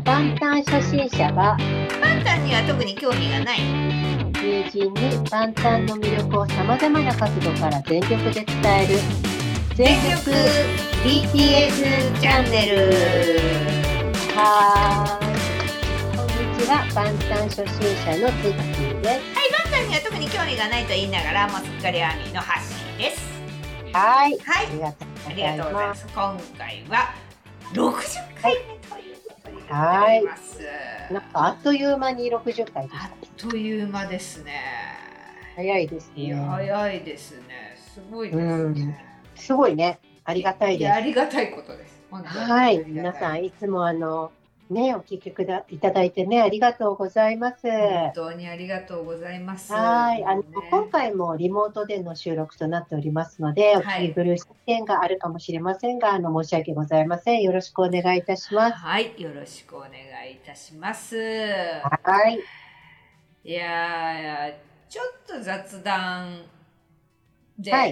万端初心者がパンタンには特に興味がない友人に万端の魅力をさまざまな角度から全力で伝える全力 BTS チャンネル。 はーい、こんにちは。万端初心者のツッキーです。 パンタンには特に興味がないと言いながらもうすっかりアーミーの発信です。 はい、 はい、 ありがとうごありがとうございざいま。 ますす。今回は60回目ということになっております。 なんかあっという間に60回でしあた。 っという間ですね。 早いですいや、 ね。 早いですね。すごいですね。 すごいね。ありがたいいや、 です。 ありがたいことです。本当にはい、 ありがた皆さんいつもね、お聞きいただいてね、ありがとうございます。 本当にありがとうございます。 はい、 もう今回もリモートでの収録となっておりますので、おはい聞き苦しい点があるかもしれませんが、申し訳ございません。よろしくお願いいたします。 はい、よろしくお願いいたします。 はい、 いやー、ちょっと雑談で、 はい、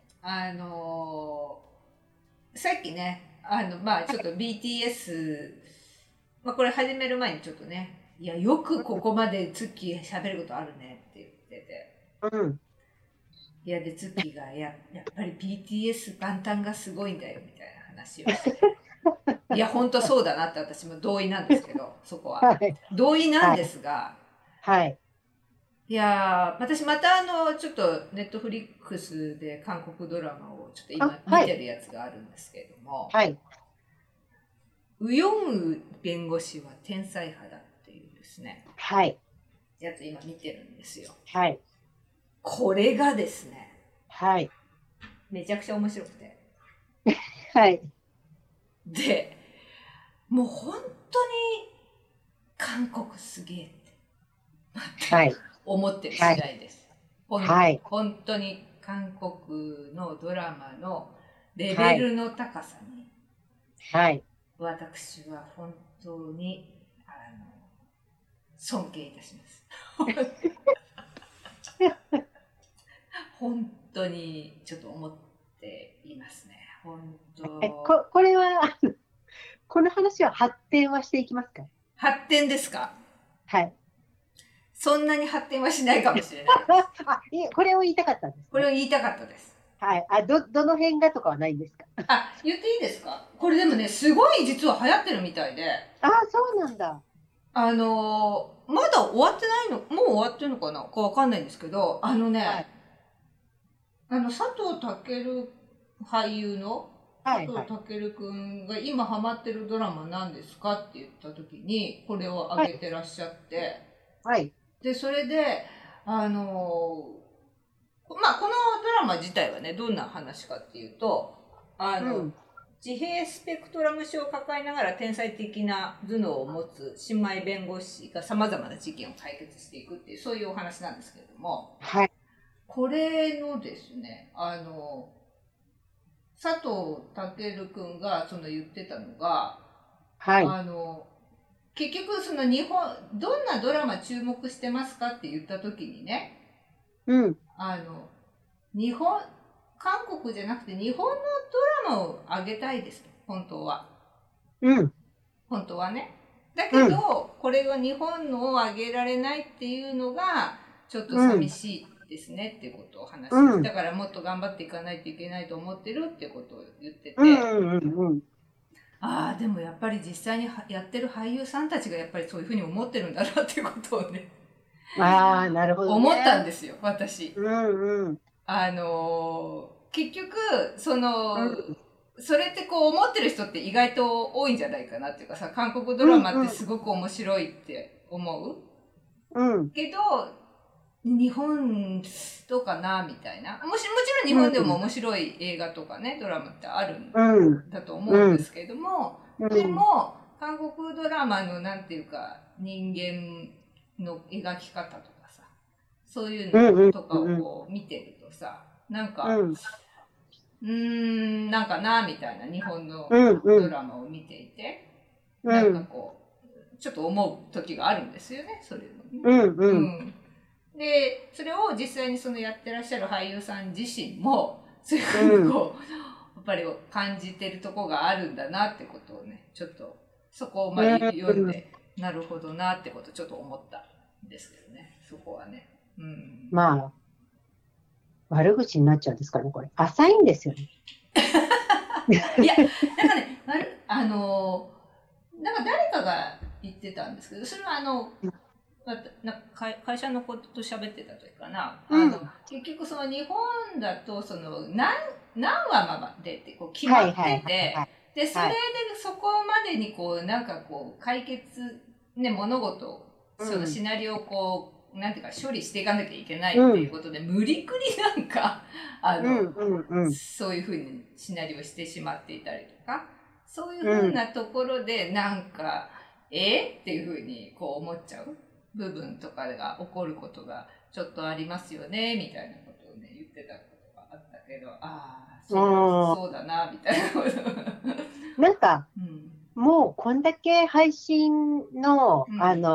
さっきね、ちょっと BTS、これ始める前にちょっとね、いや、よくここまでツッキー喋ることあるねって言ってて、 うん、 いや、で、ツッキーがやっぱり BTS 万端がすごいんだよみたいな話をして、いや、本当そうだなって私も同意なんですけど、そこは。 はい、 同意なんですが、 はい、 いやー、私またちょっとネットフリックスで韓国ドラマをちょっと今はい、 見てるやつがあるんですけれども、 はい、 ウヨンウ弁護士は天才派だっていうですね、 はい、 やつ今見てるんですよ。 はい、 これがですね、 はい、 めちゃくちゃ面白くて。 はい、 で、もう本当に韓国すげえってはい、 思ってる次第です。 はい、 本当に韓国のドラマのレベはい、 ルの高さに、 はい、 私は本当に尊敬いたします。本当にちょっと思っていますね。本当。 これは、この話は発展はしていきますか？ 発展ですか？ はい。 そんなに発展はしないかもしれないです。 これを言いたかったんですね。 これを言いたかったです。 はい。どの辺がとかはないんですか？ 言っていいですか？これでもね、すごい実は流行ってるみたいで。 そうなんだ。 まだ終わってないの、もう終わってるのかなわかんないんですけど、 はい。 佐藤健俳優のはい。 佐藤はい。 健くんが今ハマってるドラマ何ですかって言った時に、これをはい。 挙げてらっしゃって、 はい。 で、それで、このドラマ自体はね、どんな話かっていうと、 うん。 自閉スペクトラム症を抱えながら天才的な頭脳を持つ新米弁護士が様々な事件を解決していくっていう、そういうお話なんですけれども、 はい。 これのですね、佐藤健くんがその言ってたのが、 はい。 結局そのどんなドラマ注目してますかって言った時にね、 うん。 日本、韓国じゃなくて日本のドラマを上げたいですと、本当は。 うん。 本当はね。だけうん。 ど、これが日本のを上げられないっていうのが、ちょっとうん。 寂しいですねっていうことを話して、 うん。 だからもっと頑張っていかないといけないと思ってるってことを言ってて、 うん。うん。 でもやっぱり実際にやってる俳優さんたちがやっぱりそういうふうに思ってるんだなっていうことをね、 なるほど思ったんね。 ですよ、私。 うん。うん。 結局、 うん。 それってこう思ってる人って意外と多いんじゃないかなっていうかさ、韓国ドうん。 ラマってうん。 すごく面白いって思ううん。 けど、日本どうかなみたいな。もちろん日うん。 本でも面白い映画とかね、ドラマってあるんうん。 だと思うんうん。 ですけれども、でうん。 も、韓国ドラマのなんていうか、人間の描き方とかさ、そういううん。うん。 のとかをうん。 こう見てるとさ、なんか、 うん。 なんかな、みたいな日本のうん。うん。 ドラマを見ていて、なんかうん。 こう、ちょっと思う時があるんですよね、そういうのね。 うん。うん。 うん。で、それを実際にそのやってらっしゃる俳優さん自身も、そういうふうにこう、やっぱり感じてるとこがあるんだなってことをね、ちょっとそこをまあ読んで、なるほどなってことちょっと思ったんですけどね、そこはね。 まあ、悪口になっちゃうんですかね、これ。浅いんですよね。 いや、なんかね、なんか誰かが言ってたんですけど、それは会社の子と喋ってた時かな、結局その日本だとその何話までってこう決まってて、でそれでそこまでにこうなんかこう解決ね、物事そのシナリオをこうなんていうか処理していかなきゃいけないっていうことで、無理くりなんかそういうふうにシナリオしてしまっていたりとか、そういうふうなところでなんかっていうふうにこう思っちゃう部分とかが起こることがちょっとありますよねみたいなことをね言ってたことがあったけど、そうだなみたいなことなんか、もうこんだけ配信の、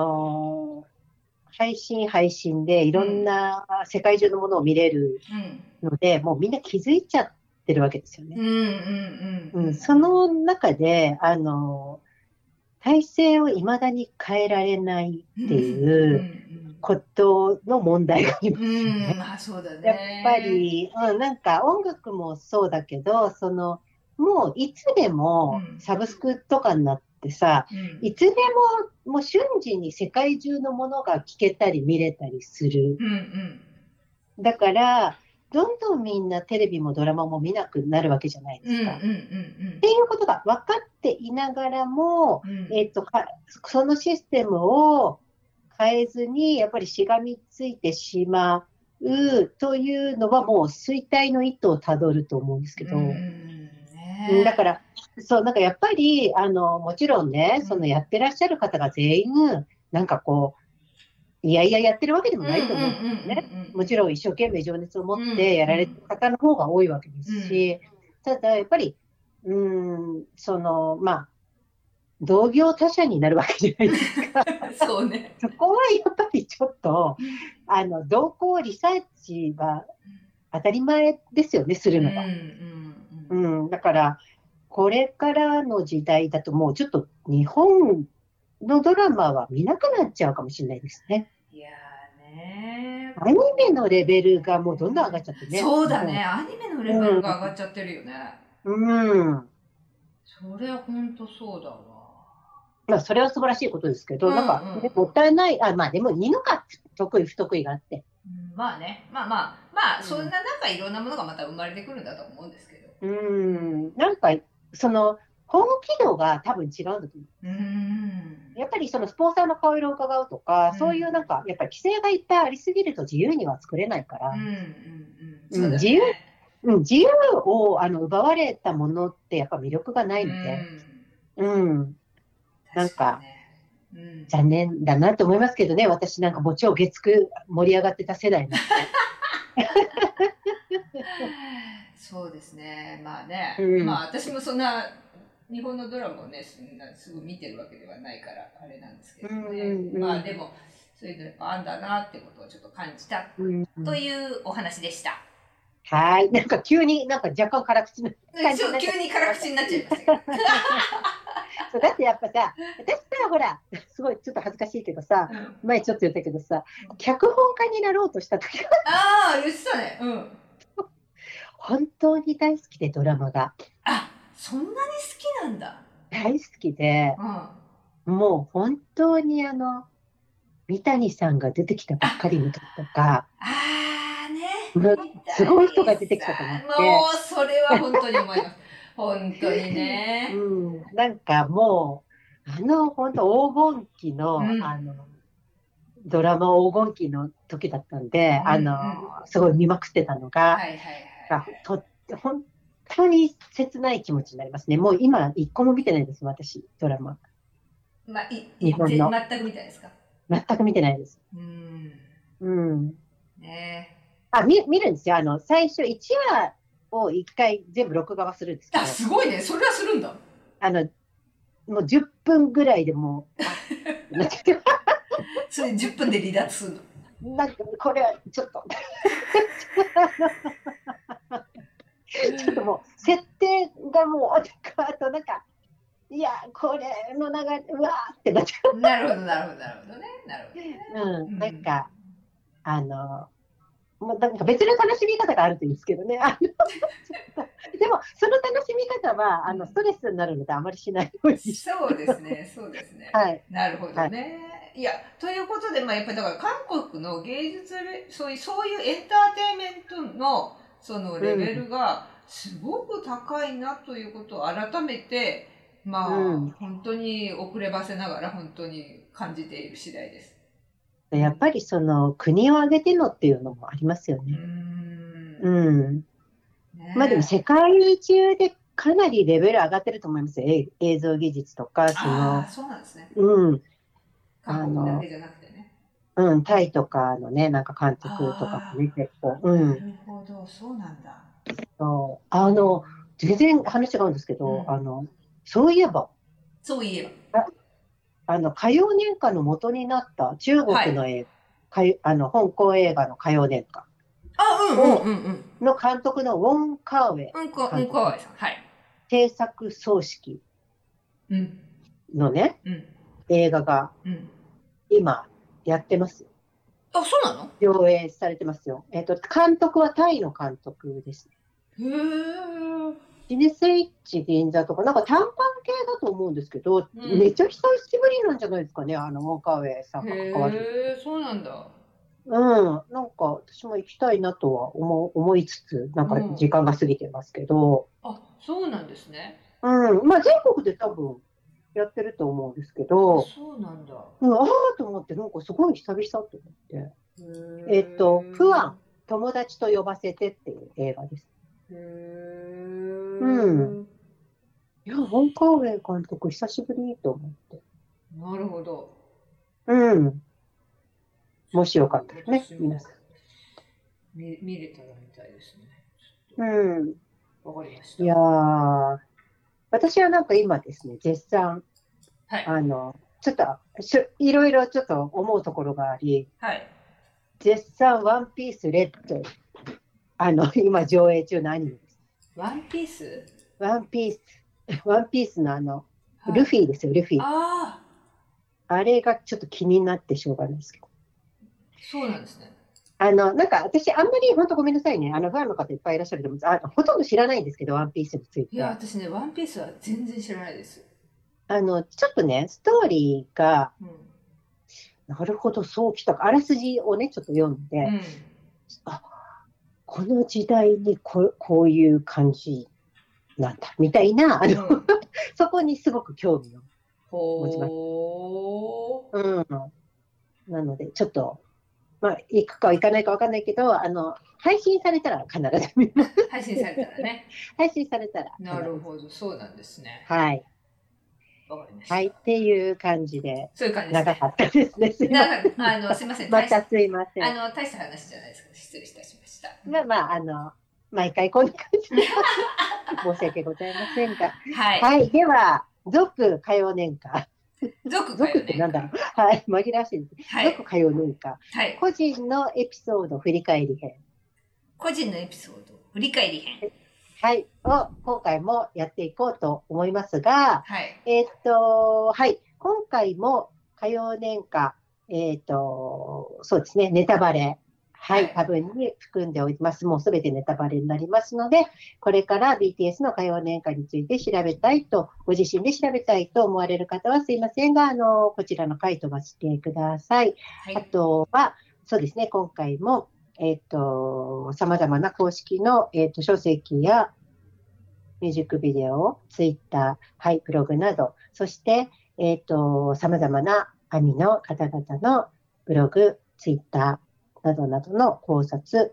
配信でいろんな世界中のものを見れるので、もうみんな気づいちゃってるわけですよね。その中で、体制を未だに変えられないっていうことの問題がありますよね。やっぱり、なんか音楽もそうだけど、もういつでもサブスクとかになってさ、いつでももう瞬時に世界中のものが聞けたり見れたりする。だから、どんどんみんなテレビもドラマも見なくなるわけじゃないですか。っていうことが分かっていながらも、そのシステムを変えずに、やっぱりしがみついてしまうというのはもう衰退の一途をたどると思うんですけど、だから、なんかやっぱり、もちろんね、やってらっしゃる方が全員、なんかこう、いやいややってるわけでもないと思うんですね。もちろん一生懸命情熱を持ってやられてる方の方が多いわけですし、ただやっぱり、まあ、同業他社になるわけじゃないですか。 そうね。 そこはやっぱりちょっと、同行リサーチは当たり前ですよね、するのは。だから、これからの時代だともうちょっと日本のドラマは見なくなっちゃうかもしれないですね。 いやーねー。 アニメのレベルがもうどんどん上がっちゃってね。 そうだね。アニメのレベルが上がっちゃってるよね。それは本当そうだわ。 まあ、それは素晴らしいことですけど、なんか、もったいない。まあ、でもいいのか、得意、不得意があって。 まあね。まあ、そんななんかいろんなものがまた生まれてくるんだと思うんですけど。 なんか、本気度が多分違うんだと思う。やっぱりスポンサーの顔色を伺うとか、そういうなんか、やっぱり規制がいっぱいありすぎると自由には作れないから、自由を奪われたものってやっぱ魅力がないので、なんか、残念だなと思いますけどね、私なんかもう超月9盛り上がってた世代なんで。 そうですね。まあね。まあ私もそんな日本のドラマをね、すぐ見てるわけではないからあれなんですけどね。まあでもそういうのやっぱあんだなってことをちょっと感じたというお話でした。 はい。なんか急になんか若干辛口な感じになっちゃ急に辛口になっちゃいましたそうだってやっぱさ、私さ、ほら、すごいちょっと恥ずかしいけどさ、前ちょっと言ったけどさ、脚本家になろうとした時が言ってたね。 本当に大好きで、ドラマが。 そんなに好きなんだ。 大好きで、もう本当に三谷さんが出てきたばっかりの時とか、すごい人が出てきたと思って。 もうそれは本当に思います。本当にね。 なんかもう、本当黄金期の、ドラマ黄金期の時だったんで、すごい見まくってたのが、本当に切ない気持ちになりますね。もう今、一個も見てないです、私、ドラマ。 日本の。全く見てないですか？ 全く見てないです。見るんですよ。最初1話を1回全部録画はするんですけど。 すごいね。それはするんだ。 もう10分ぐらいでもう、 それ10分で離脱するの。なんか、これはちょっと。ちょっともう、設定がもう、あとなんか、 いや、これの流れ、うわーってなっちゃう。 なるほど、なるほど、なるほどね。なるほどね。 なんか、もうなんか別の楽しみ方があるといいんですけどね。でも、その楽しみ方は、ストレスになるのであまりしないように。 そうですね、そうですね。 はい。 なるほどね。いや、ということで、やっぱりだから韓国の芸術そういうエンターテインメントのそのレベルがすごく高いなということを改めて、本当に遅ればせながら本当に感じている次第です。 やっぱりその国を挙げてのっていうのもありますよね。まあでも世界中でかなりレベル上がってると思いますよ。映像技術とか、 そうなんですね。韓国だけじゃなくてね。 タイとかのね、なんか監督とかもね、結構。 なるほど、そうなんだ。 全然話違うんですけど、そういえば。歌謡年歌の元になった中国の香港映画の歌謡年歌の監督のウォン・カーウェイ監督さん、 制作総指揮のね、映画が今やってます。 あ、そうなの？ 上映されてますよ。監督はタイの監督ですね。シネスイッチ銀座とか、なんか短パン系だと思うんですけど、めっちゃ久しぶりなんじゃないですかね、ウォン・カーウェイさんが関わる。 そうなんだ。 なんか私も行きたいなとは思いつつ、なんか時間が過ぎてますけど。 あ、そうなんですね。 まあ全国で多分やってると思うんですけど。 そうなんだ。 ああと思って、なんかすごい久々と思って。プアン、友達と呼ばせてっていう映画です。いや、ウォン・カーウェイ監督久しぶりと思って。 なるほど。 もしよかったらね、皆さん。 見れたらみたいですね。わかりました。 いやー、私はなんか今ですね、絶賛、ちょっと、いろいろちょっと思うところがあり、絶賛ワンピースレッド、今上映中のアニメです。 ワンピースワンピースのルフィですよ、ルフィ。あれがちょっと気になってしょうがないですけど。 そうなんですね。 なんか私、あんまり本当ごめんなさいね。ファンの方いっぱいいらっしゃると思うんです。ほとんど知らないんですけど、ワンピースについて。 いや、私ね、ワンピースは全然知らないです。 ちょっとね、ストーリーが、なるほど、そうきたか。あらすじをね、ちょっと読んで、この時代にこういう感じなんだ、みたいな、そこにすごく興味を持ちました。なので、ちょっと、まあ、行くか行かないか分かんないけど、配信されたら必ず見ます。 配信されたらね。 配信されたら。 なるほど、そうなんですね。 はい。 わかりました。 はい、っていう感じで。 そういう感じですね。 長かったですね。すいません。またすいません。 大した話じゃないですか。失礼いたしました。 まあ、毎回こんな感じで。申し訳ございませんが。はい。では、続歌謡年歌。 続ってなんだろう。はい。紛らわしいです。続歌謡年歌。個人のエピソード振り返り編。 個人のエピソード振り返り編。 はい。を今回もやっていこうと思いますが、はい。今回も歌謡年歌、そうですね、ネタバレ。はい、多分に含んでおります。もうすべてネタバレになりますので、これから BTS の歌謡年歌について調べたいと、ご自身で調べたいと思われる方はすいませんが、こちらの回飛ばしてください。あとは、そうですね、今回も、様々な公式の、書籍やミュージックビデオ、ツイッター、はい、ブログなど、そして、様々なアミの方々のブログ、ツイッターなどなどの考察、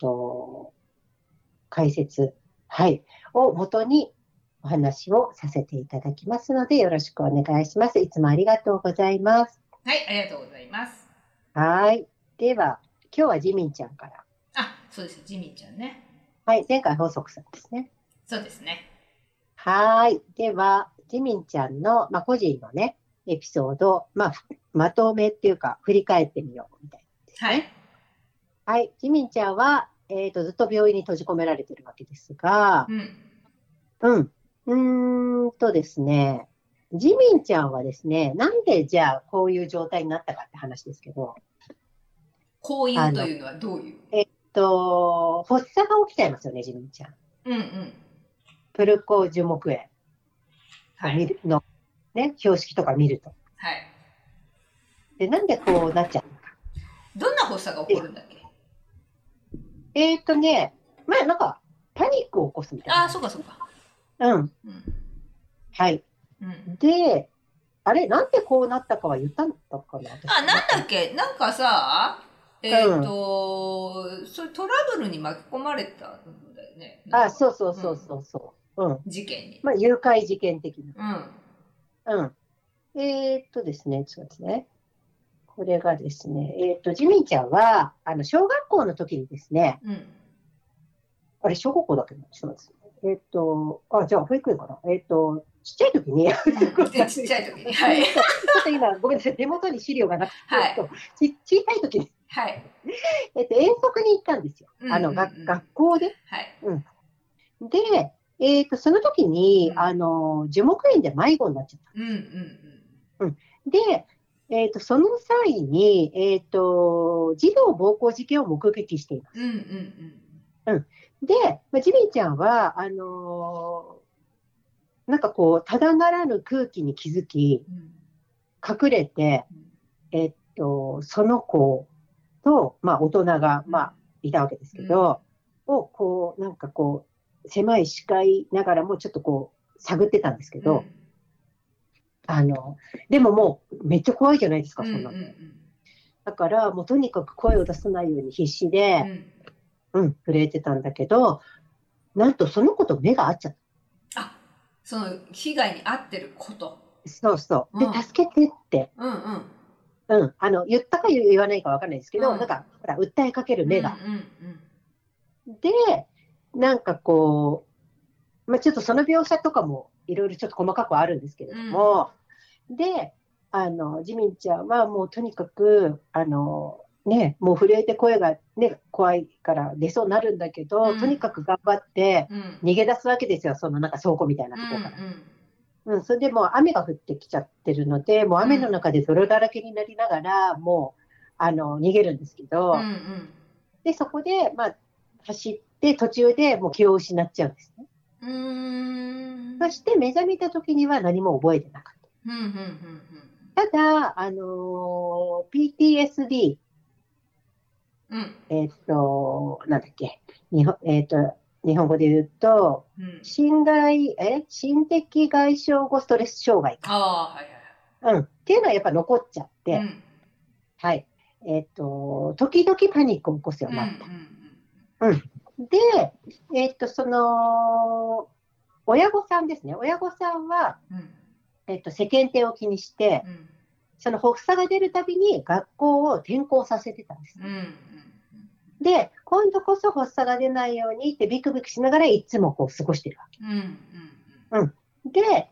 解説、はい、を元にお話をさせていただきますので、よろしくお願いします。いつもありがとうございます。 はい、ありがとうございます。 はい。では、今日はジミンちゃんから。 そうです、ジミンちゃんね。 はい、前回法則さんですね。 そうですね。 はい。では、ジミンちゃんの、個人のね、エピソード、まとめっていうか、振り返ってみようみたいですね。はい。ジミンちゃんは、ずっと病院に閉じ込められてるわけですが、ですね、 ジミンちゃんはですね、なんでじゃあこういう状態になったかって話ですけど。 こういうというのはどういう？ 発作が起きちゃいますよね、ジミンちゃん。 うんうん。 プルコ樹木炎を見るの、ね、標識とか見ると。 はい。 で、なんでこうなっちゃうのか。 どんな発作が起こるんだっけ？ まあなんか、パニックを起こすみたいな。 ああ、そうかそうか。 うん。はい。で、あれ、なんでこうなったかは言ったんだかな。 なんだっけ、なんかさ、それトラブルに巻き込まれたんだよね。 そうそう。 事件に。 まあ、誘拐事件的な。ですね、そうですね。これがですね、ジミンちゃんは、小学校の時にですね、あれ、小学校だけど、ちょっと待って、じゃあ、保育園かな。ちっちゃい時に、 ちっちゃい時に、はい。ちょっと今、ごめんなさい、手元に資料がなくて、小さい時に、 はい。 遠足に行ったんですよ。学校で。 はい。 で、その時に、樹木園で迷子になっちゃったんです。で、その際に、児童暴行事件を目撃しています。で、ジミンちゃんは、なんかこう、ただならぬ空気に気づき、隠れて、その子と、まあ、大人が、まあ、いたわけですけど、こう、なんかこう、狭い視界ながらも、ちょっとこう、探ってたんですけど、でももう、めっちゃ怖いじゃないですか、そんなの。だから、もうとにかく声を出さないように必死で、震えてたんだけど、なんとその子と目が合っちゃった。 その被害に遭ってること。 そうそう。で、助けてって。言ったか言わないか分かんないですけど、なんか、ほら、訴えかける目が。で、なんかこう、まあ、ちょっとその描写とかもいろいろちょっと細かくあるんですけれども、で、ジミンちゃんはもうとにかく、ね、もう震えて声がね、怖いから出そうになるんだけど、とにかく頑張って逃げ出すわけですよ、そのなんか倉庫みたいなところから。それでもう雨が降ってきちゃってるので、もう雨の中で泥だらけになりながら、もう、逃げるんですけど、で、そこで、まあ、走って途中でもう気を失っちゃうんですね。そして目覚めた時には何も覚えてなかった。ただ、PTSD、なんだっけ、日本語で言うと、心的外傷後ストレス障害か。っていうのはやっぱ残っちゃって、はい。時々パニックを起こすようになった。で、その、親御さんですね。親御さんは、世間体を気にして、その発作が出るたびに学校を転校させてたんです。で、今度こそ発作が出ないようにってビクビクしながらいつもこう過ごしてるわけ。で、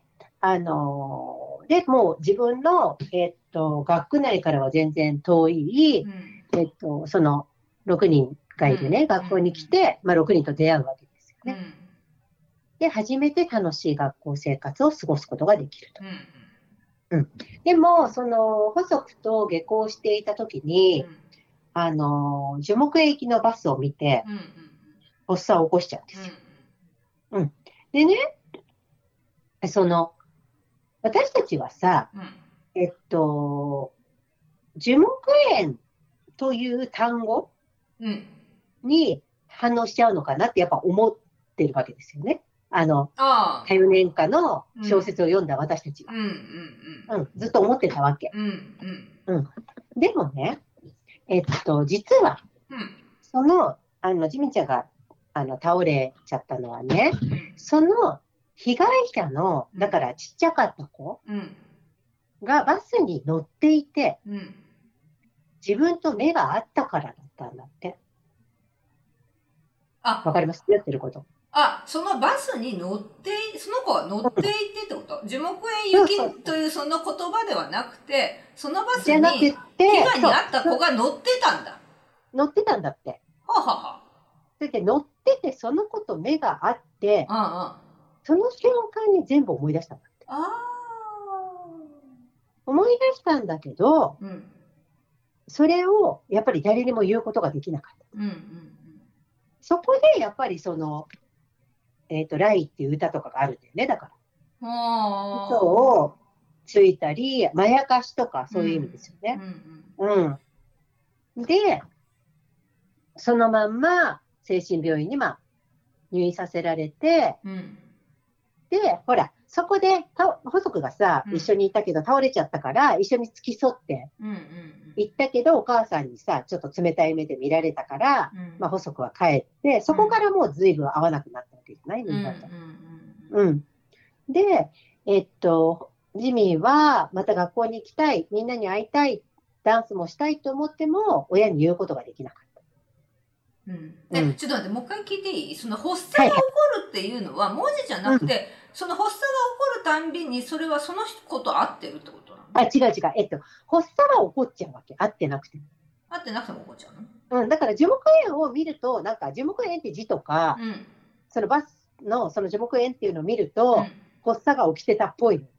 もう自分の、学区内からは全然遠い、その6人がいるね、学校に来て、まあ、6人と出会うわけですよね。で、初めて楽しい学校生活を過ごすことができると。でも、その、細くと下校していたときに、樹木園行きのバスを見て、発作を起こしちゃうんですよ。でね、私たちはさ、樹木園という単語に反応しちゃうのかなってやっぱ思ってるわけですよね。多様年化の小説を読んだ私たちは。ずっと思ってたわけ。でもね、実は、その、ジミンちゃんが、倒れちゃったのはね、その被害者の、だからちっちゃかった子がバスに乗っていて、自分と目が合ったからだったんだって。わかります？やってること。 そのバスに乗って、その子は乗っていてってこと？樹木園行きというその言葉ではなくて、そのバスに被害に遭った子が乗ってたんだ。 乗ってたんだって。それで乗ってて、その子と目が合って、その瞬間に全部思い出したんだって。 思い出したんだけど、それをやっぱり誰にも言うことができなかった。そこでやっぱりその、ライっていう歌とかがあるんだよね、だから。嘘をついたり、まやかしとかそういう意味ですよね。で、そのまんま精神病院に入院させられて、で、ほら、そこで細くがさ、一緒にいたけど倒れちゃったから、一緒に付き添って行ったけど、お母さんにさ、ちょっと冷たい目で見られたから、細くは帰って、そこからもう随分会わなくなったわけじゃない、みんなと。で、ジミーはまた学校に行きたい、みんなに会いたい、ダンスもしたいと思っても、親に言うことができなかった。 ちょっと待って、もう一回聞いていい？その発作が起こるっていうのは、文字じゃなくて、その発作が起こるたんびに、それはその子と合ってるってことなの？ 違う。発作が起こっちゃうわけ。合ってなくても。 合ってなくても起こっちゃうの？ だから樹木園を見ると、なんか樹木園って字とか、そのバスのその樹木園っていうのを見ると、発作が起きてたっぽい。で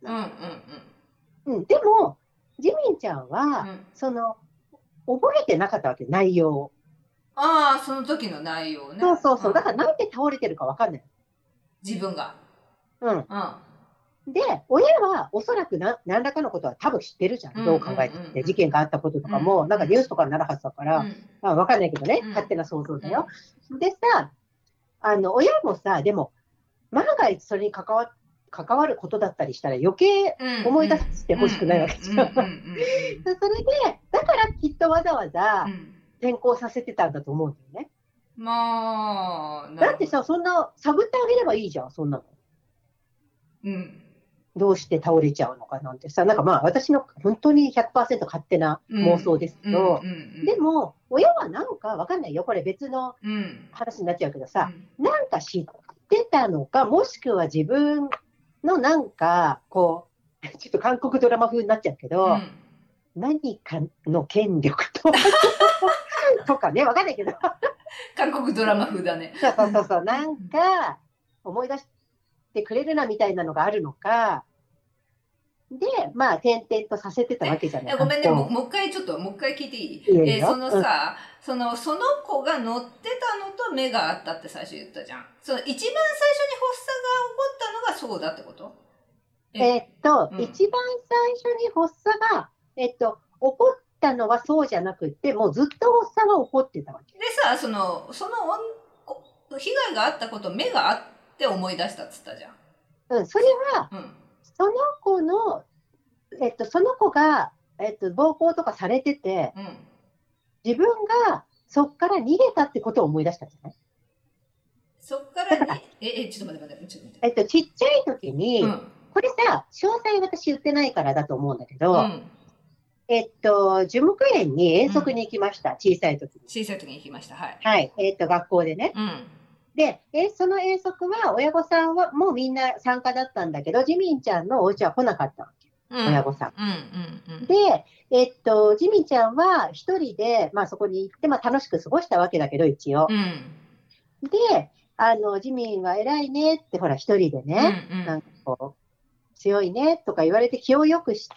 も、ジミンちゃんは、その、覚えてなかったわけ、内容を。 その時の内容ね。 そう。だからなんで倒れてるかわかんない。 自分が。 で、親はおそらく何らかのことは多分知ってるじゃん。どう考えてって。事件があったこととかも、なんかニュースとかになるはずだから、わかんないけどね。勝手な想像だよ。でさ、親もさ、でも、万が一それに関わることだったりしたら余計思い出してほしくないわけじゃん。それで、だからきっとわざわざ、転校させてたんだと思うんだよね。だってさ、そんな、探ってあげればいいじゃん、そんなの。どうして倒れちゃうのかなんてさ、なんか私の本当に 100% 勝手な妄想ですけど、でも、親はなんかわかんないよ、これ別の話になっちゃうけどさ、なんか知ってたのか、もしくは自分のなんか、こう、ちょっと韓国ドラマ風になっちゃうけど、何かの権力とかね、わかんないけど。 韓国ドラマ風だね。 そう。なんか、思い出してくれるなみたいなのがあるのか、で、転々とさせてたわけじゃない。 ごめんね、もう一回聞いていい？そのさ、その子が乗ってたのと目があったって最初言ったじゃん。その一番最初に発作が起こったのがそうだってこと？ 一番最初に発作が、起こったのはそうじゃなくて、もうずっと発作が起こってたわけ。 でさ、その被害があったこと目があって思い出したっつったじゃん。 それは、その子の、その子が、暴行とかされてて、自分がそっから逃げたってことを思い出したんじゃない？ そっからちょっと待って。 ちっちゃい時に、これさ、詳細私言ってないからだと思うんだけど、樹木園に遠足に行きました、小さい時に。 小さい時に行きました、はい。 はい、学校でね。で、その遠足は親御さんはもうみんな参加だったんだけど、ジミンちゃんのお家は来なかったわけ。親御さん。で、ジミンちゃんは一人で、そこに行って、楽しく過ごしたわけだけど、一応。で、ジミンは偉いねって、ほら、一人でね、なんかこう、強いねとか言われて気を良くして、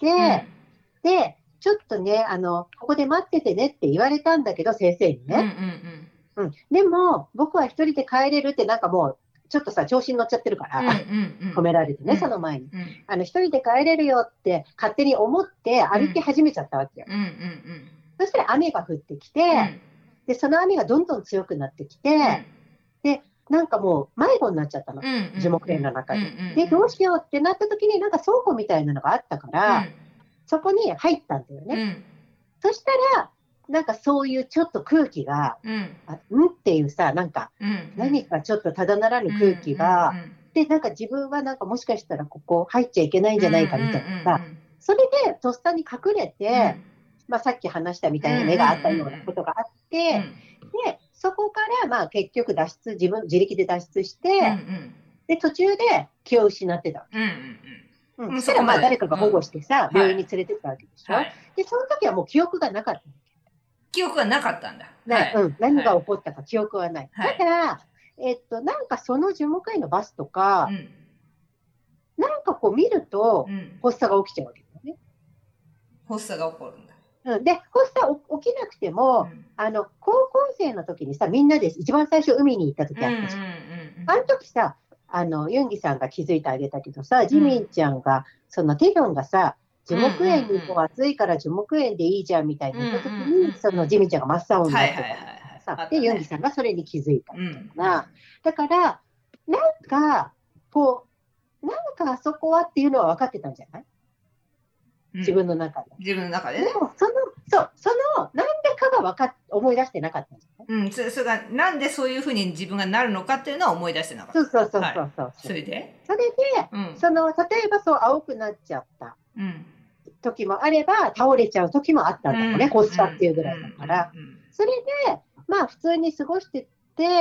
で、ちょっとね、ここで待っててねって言われたんだけど、先生にね。でも、僕は一人で帰れるって、なんかもう、ちょっとさ、調子に乗っちゃってるから、褒められてね、その前に。一人で帰れるよって勝手に思って歩き始めちゃったわけよ。そしたら雨が降ってきて、で、その雨がどんどん強くなってきて、で、なんかもう迷子になっちゃったの。樹木園の中で。で、どうしようってなった時に、なんか倉庫みたいなのがあったから、そこに入ったんだよね。そしたら、なんかそういうちょっと空気が、っていうさ、なんか、何かちょっとただならぬ空気が、で、なんか自分はなんかもしかしたらここ入っちゃいけないんじゃないかみたいなさ、それでとっさに隠れて、さっき話したみたいな目があったようなことがあって、で、そこから結局自力で脱出して、で、途中で気を失ってたわけ。そしたら誰かが保護してさ、病院に連れてったわけでしょ。で、その時はもう記憶がなかった。 記憶がなかったんだ。 何が起こったか記憶はない。ただ、なんかその樹木園のバスとか、なんかこう見ると、発作が起きちゃうわけだよね。 発作が起こるんだ。 で、発作起きなくても、高校生の時にさ、みんなで一番最初海に行った時あったじゃん。あの時さ、ユンギさんが気づいてあげたけどさ、ジミンちゃんが、テヒョンがさ、樹木園に暑いから樹木園でいいじゃんみたいに言った時に、ジミンちゃんが真っ青になってたさ、で、ユンギさんがそれに気づいたみたいな。だから、なんかあそこはっていうのは分かってたんじゃない？自分の中で。 自分の中でね。 でも、なんでかが思い出してなかったんじゃない？ それが、なんでそういうふうに自分がなるのかっていうのは思い出してなかった。 そう。 それで、 例えば青くなっちゃった時もあれば、倒れちゃう時もあったんだよね、発作っていうぐらいだから。それで、普通に過ごしてって、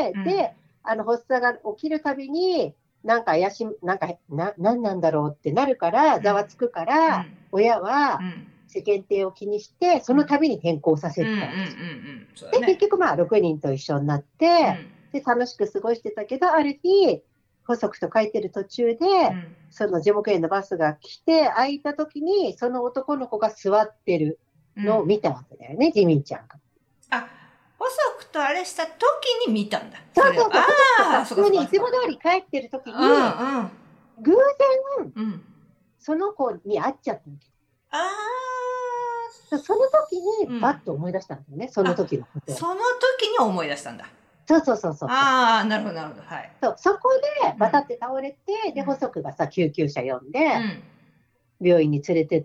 で、発作が起きるたびに、なんか何なんだろうってなるから、ざわつくから、親は世間体を気にして、その度に転校させてたんですよ。で、結局6人と一緒になって、で、楽しく過ごしてたけど、ある日、細くと書いてる途中で、その樹木園のバスが来て、開いた時に、その男の子が座ってるのを見たわけだよね、ジミンちゃんが。 細くとあれした時に見たんだ。 そう。普通にいつも通り帰ってる時に、偶然、その子に会っちゃったわけ。その時にバッと思い出したんだよね、その時のことを。 その時に思い出したんだ。 そう。 なるほど。はい。 そこでバタって倒れて、で、細くがさ、救急車呼んで、病院に連れてって、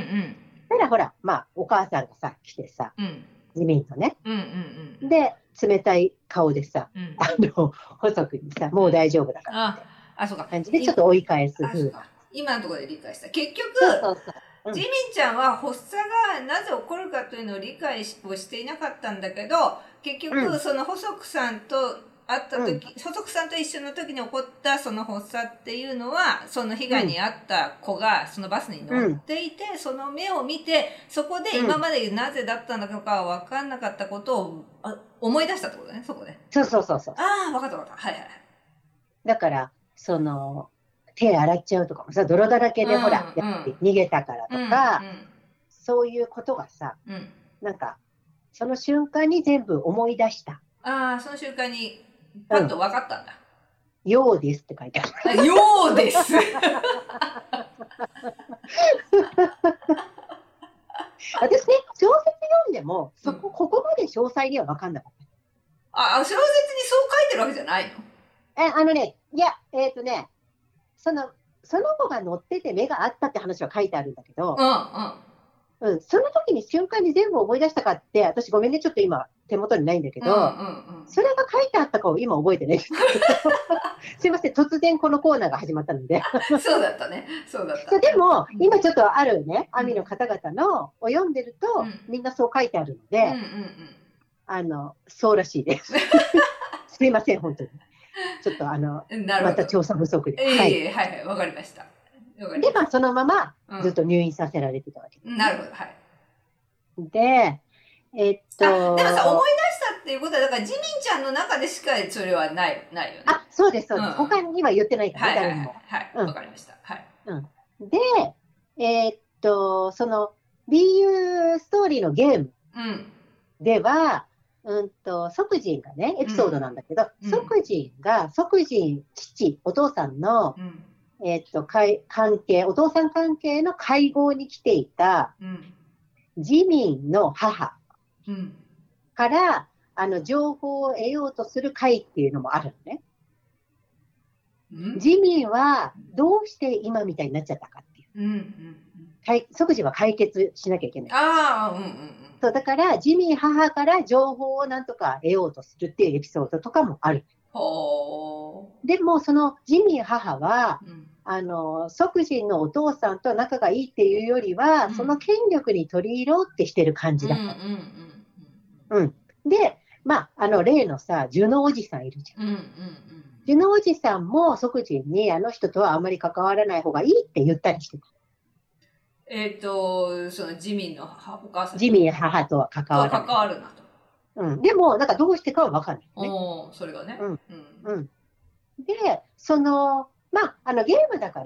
たらほら、お母さんがさ、来てさ、ジミンとね。で、冷たい顔でさ、細くにさ、もう大丈夫だからって感じで、ちょっと追い返す風な。 今のところで理解した。結局、ジミンちゃんは発作がなぜ起こるかというのを理解をしていなかったんだけど、結局、その細くさんと会った時、細くさんと一緒の時に起こったその発作っていうのは、その被害に遭った子がそのバスに乗っていて、その目を見て、そこで今までなぜだったのか分かんなかったことを思い出したってことね、そこで。 そう。 分かった。はい。 だから、手洗っちゃうとかもさ、泥だらけでほら、逃げたからとか、そういうことがさ、なんか、その瞬間に全部思い出した。 その瞬間に、パッと分かったんだ。 ようですって書いてある。 ようです。 私ね、小説読んでも、ここまで詳細には分かんなかった。 小説にそう書いてるわけじゃないの？ いや、その子が乗ってて目があったって話は書いてあるんだけど、その時に瞬間に全部思い出したかって、私ごめんね、ちょっと今手元にないんだけど、それが書いてあったかを今覚えてないです。すいません、突然このコーナーが始まったので。 そうだったね。 でも、今ちょっとあるね、アミの方々のを読んでると、みんなそう書いてあるので、そうらしいです。すいません、本当に。ちょっとまた調査不足で。 はい、わかりました。 で、そのままずっと入院させられてたわけです。 なるほど、はい。 で、 でもさ、思い出したっていうことは、だからジミンちゃんの中でしかそれはないよね。 そうです。他には言ってないからね、誰にも。 はい、わかりました。はい。 で、その BU ストーリーのゲームでは、即人がね、エピソードなんだけど、即人父、お父さんの、関係、お父さん関係の会合に来ていた、ジミンの母から、情報を得ようとする会っていうのもあるのね。ジミンはどうして今みたいになっちゃったかっていう。即人は解決しなきゃいけない。そうだからジミン母から情報をなんとか得ようとするっていうエピソードとかもある。でもそのジミン母は、即人のお父さんと仲がいいっていうよりは、その権力に取り入ろうってしてる感じだった。で、例のさ、ジュノおじさんいるじゃん。ジュノおじさんも即人にあの人とはあんまり関わらない方がいいって言ったりしてた。 そのジミンのお母さん。 ジミン母とは関わらない。 関わるなと。でも、どうしてかは分かんない、ね。 それがね。 で、その、 ゲームだから、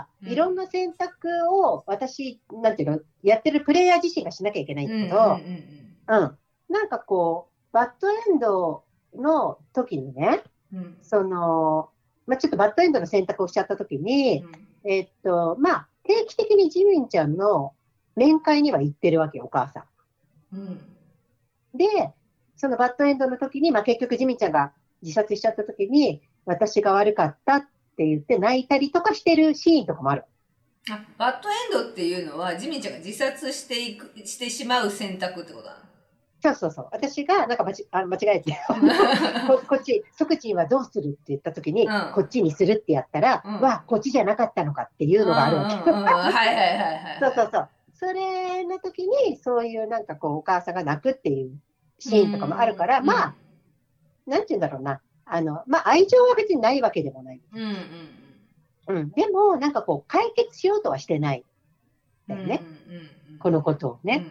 いろんな選択を私、なんていうの、やってるプレイヤー自身がしなきゃいけないんだけど、なんかこう、バッドエンドの時にね、ちょっとバッドエンドの選択をしちゃった時に、定期的にジミンちゃんの面会には行ってるわけよ、お母さん。で、そのバッドエンドの時に、結局ジミンちゃんが自殺しちゃった時に、私が悪かったって言って泣いたりとかしてるシーンとかもある。 バッドエンドっていうのは、ジミンちゃんが自殺してしまう選択ってことなの？ そう。私が、なんか間違えてこっち、ソクチンはどうするって言った時に、こっちにするってやったら、こっちじゃなかったのかっていうのがあるわけ。そう。それの時に、そういうなんかこう、お母さんが泣くっていうシーンとかもあるから、なんて言うんだろうな。愛情は別にないわけでもない。でも、なんかこう、解決しようとはしてない。だよね。このことをね。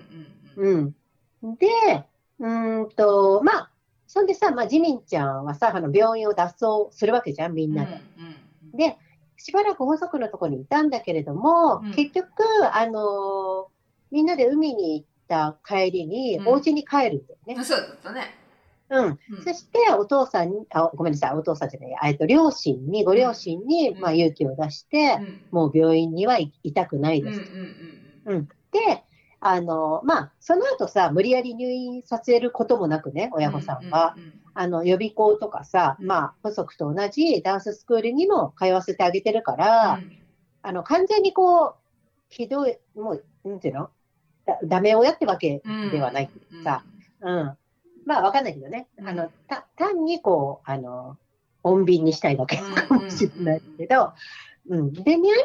で、そんでさ、ジミンちゃんはさ、病院を脱走するわけじゃん、みんなで。で、しばらく細くのところにいたんだけれども、結局、みんなで海に行った帰りに、お家に帰るんだよね。 そうだったね。 そして、お父さんに、ごめんなさい、お父さんじゃない、ご両親に、勇気を出して、もう病院には行きたくないです。で、その後さ、無理やり入院させることもなくね、親御さんは。予備校とかさ、細くと同じダンススクールにも通わせてあげてるから、完全にこう、ひどい、もう、なんていうの？ダメ親ってわけではないってさ、わかんないけどね。単にこう、穏便にしたいだけかもしれないけど、でね、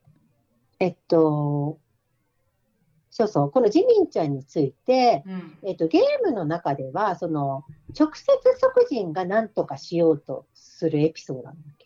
そう、このジミンちゃんについて、ゲームの中では、直接即人が何とかしようとするエピソードなんだっけ？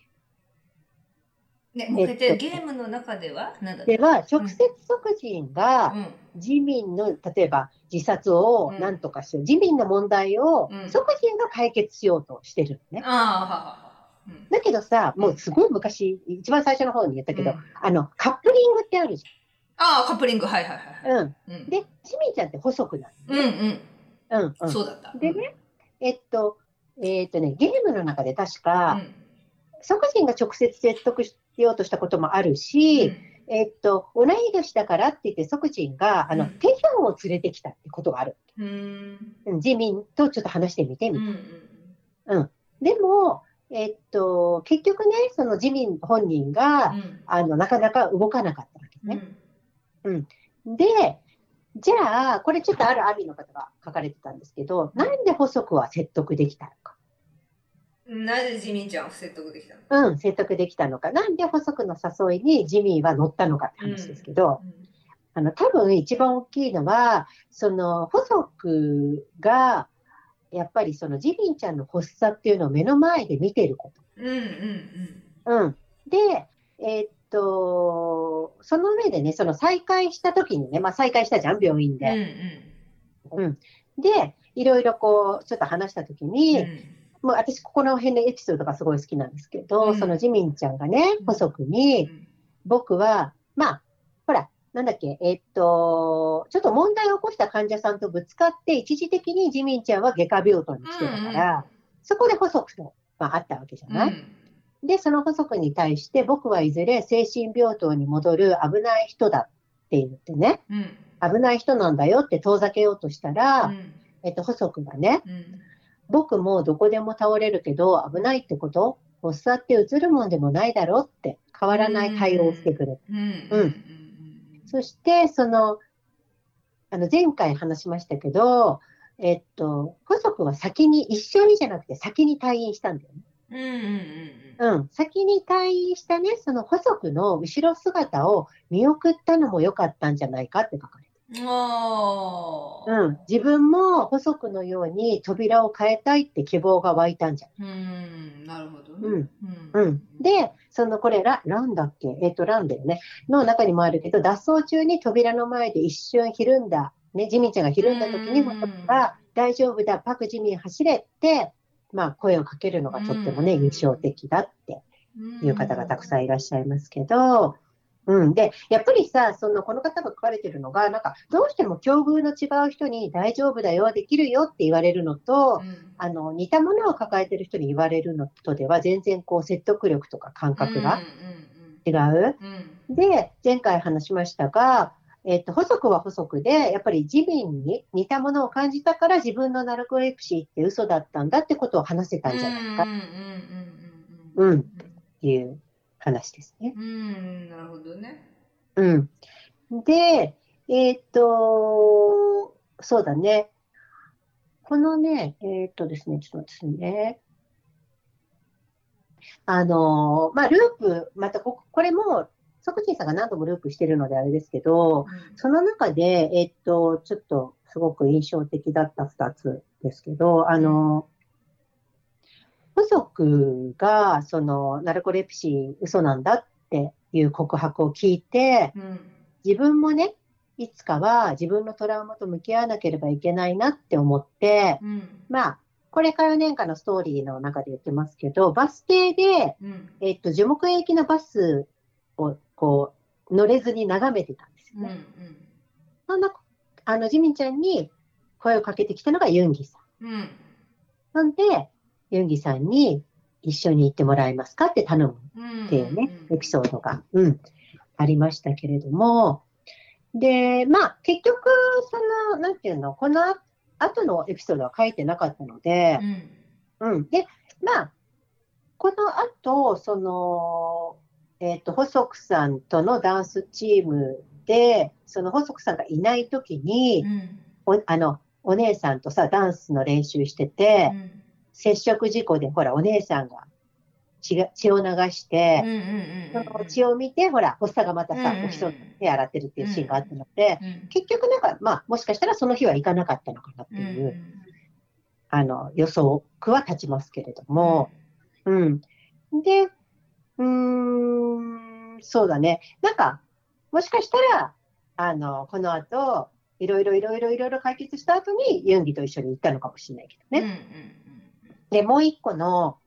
ゲームの中では直接即人が自民の、例えば自殺を何とかしよう、自民の問題を即人が解決しようとしてるのね。だけどさ、もうすごい昔、一番最初の方に言ったけど、カップリングってあるじゃん。カップリング、はい。 で、ジミンちゃんって細くなる。 そうだった。 でね、ゲームの中で確か、即人が直接説得しようとしたこともあるし、同い年だからって言って即人が、テヒョンを連れてきたってことがある。ジミンとちょっと話してみて、みたいな。でも、結局ね、そのジミン本人が、なかなか動かなかったわけね。で、じゃあ、これちょっとあるアミの方が書かれてたんですけど、なんで細くは説得できたのか。 なぜジミンちゃんを説得できたのか。 説得できたのか。なんで細くの誘いにジミンは乗ったのかって話ですけど、多分一番大きいのは、細くが、やっぱりジミンちゃんの発作っていうのを目の前で見てること。で、その上でね、再会した時にね、再会したじゃん、病院で。で、いろいろこう、ちょっと話した時に、もう私、ここの辺のエピソードがすごい好きなんですけど、そのジミンちゃんがね、細くに、僕は、ほら、なんだっけ、ちょっと問題を起こした患者さんとぶつかって、一時的にジミンちゃんは外科病棟に来てたから、そこで細くと、あったわけじゃない？で、その細くに対して、僕はいずれ精神病棟に戻る危ない人だって言ってね、危ない人なんだよって遠ざけようとしたら、細くがね、僕もどこでも倒れるけど、危ないってこと？発作ってうつるもんでもないだろって、変わらない対応をしてくれる。そして、前回話しましたけど、細くは先に、一緒にじゃなくて先に退院したんだよね。先に退院したね、その細くの後ろ姿を見送ったのも良かったんじゃないかって書かれてる。自分も細くのように扉を変えたいって希望が湧いたんじゃん。 なるほどね。で、これ、ランだっけ？ランだよね。の中にもあるけど、脱走中に扉の前で一瞬ひるんだ。ね、ジミンちゃんがひるんだ時に、細くが大丈夫だ、パクジミン走れって、声をかけるのがとってもね、印象的だっていう方がたくさんいらっしゃいますけど、で、やっぱりさ、この方が書かれてるのが、なんか、どうしても境遇の違う人に大丈夫だよ、できるよって言われるのと、似たものを抱えてる人に言われるのとでは、全然こう、説得力とか感覚が違う。で、前回話しましたが、補足は補足で、やっぱり自民に似たものを感じたから自分のナルコレプシーって嘘だったんだってことを話せたんじゃないか。っていう話ですね。 なるほどね。 で、そうだね。このね、ですね、ちょっと待ってですね。ループ、またこれも、ソクチンさんが何度もループしてるのであれですけど、その中で、ちょっとすごく印象的だった2つですけど、補足が、ナルコレプシー嘘なんだっていう告白を聞いて、自分もね、いつかは自分のトラウマと向き合わなければいけないなって思って、これから年間のストーリーの中で言ってますけど、バス停で、樹木駅のバスをこう乗れずに眺めてたんですよね。そんな、ジミンちゃんに声をかけてきたのがユンギさん。そんで、ユンギさんに一緒に行ってもらえますかって頼むっていうね、エピソードが、ありましたけれども、で、結局、なんていうの、この後のエピソードは書いてなかったので、で、この後、細足さんとのダンスチームで、細足さんがいないときに、お姉さんとさ、ダンスの練習してて、接触事故で、ほら、お姉さんが血を流して、その血を見て、ほら、発作がまたさ、起きそうに手洗ってるっていうシーンがあったので、結局なんか、もしかしたらその日は行かなかったのかなっていう、予想は立ちますけれども、で、そうだね。なんか、もしかしたら、この後、いろいろ解決した後に、ユンギと一緒に行ったのかもしれないけどね。で、もう一個の、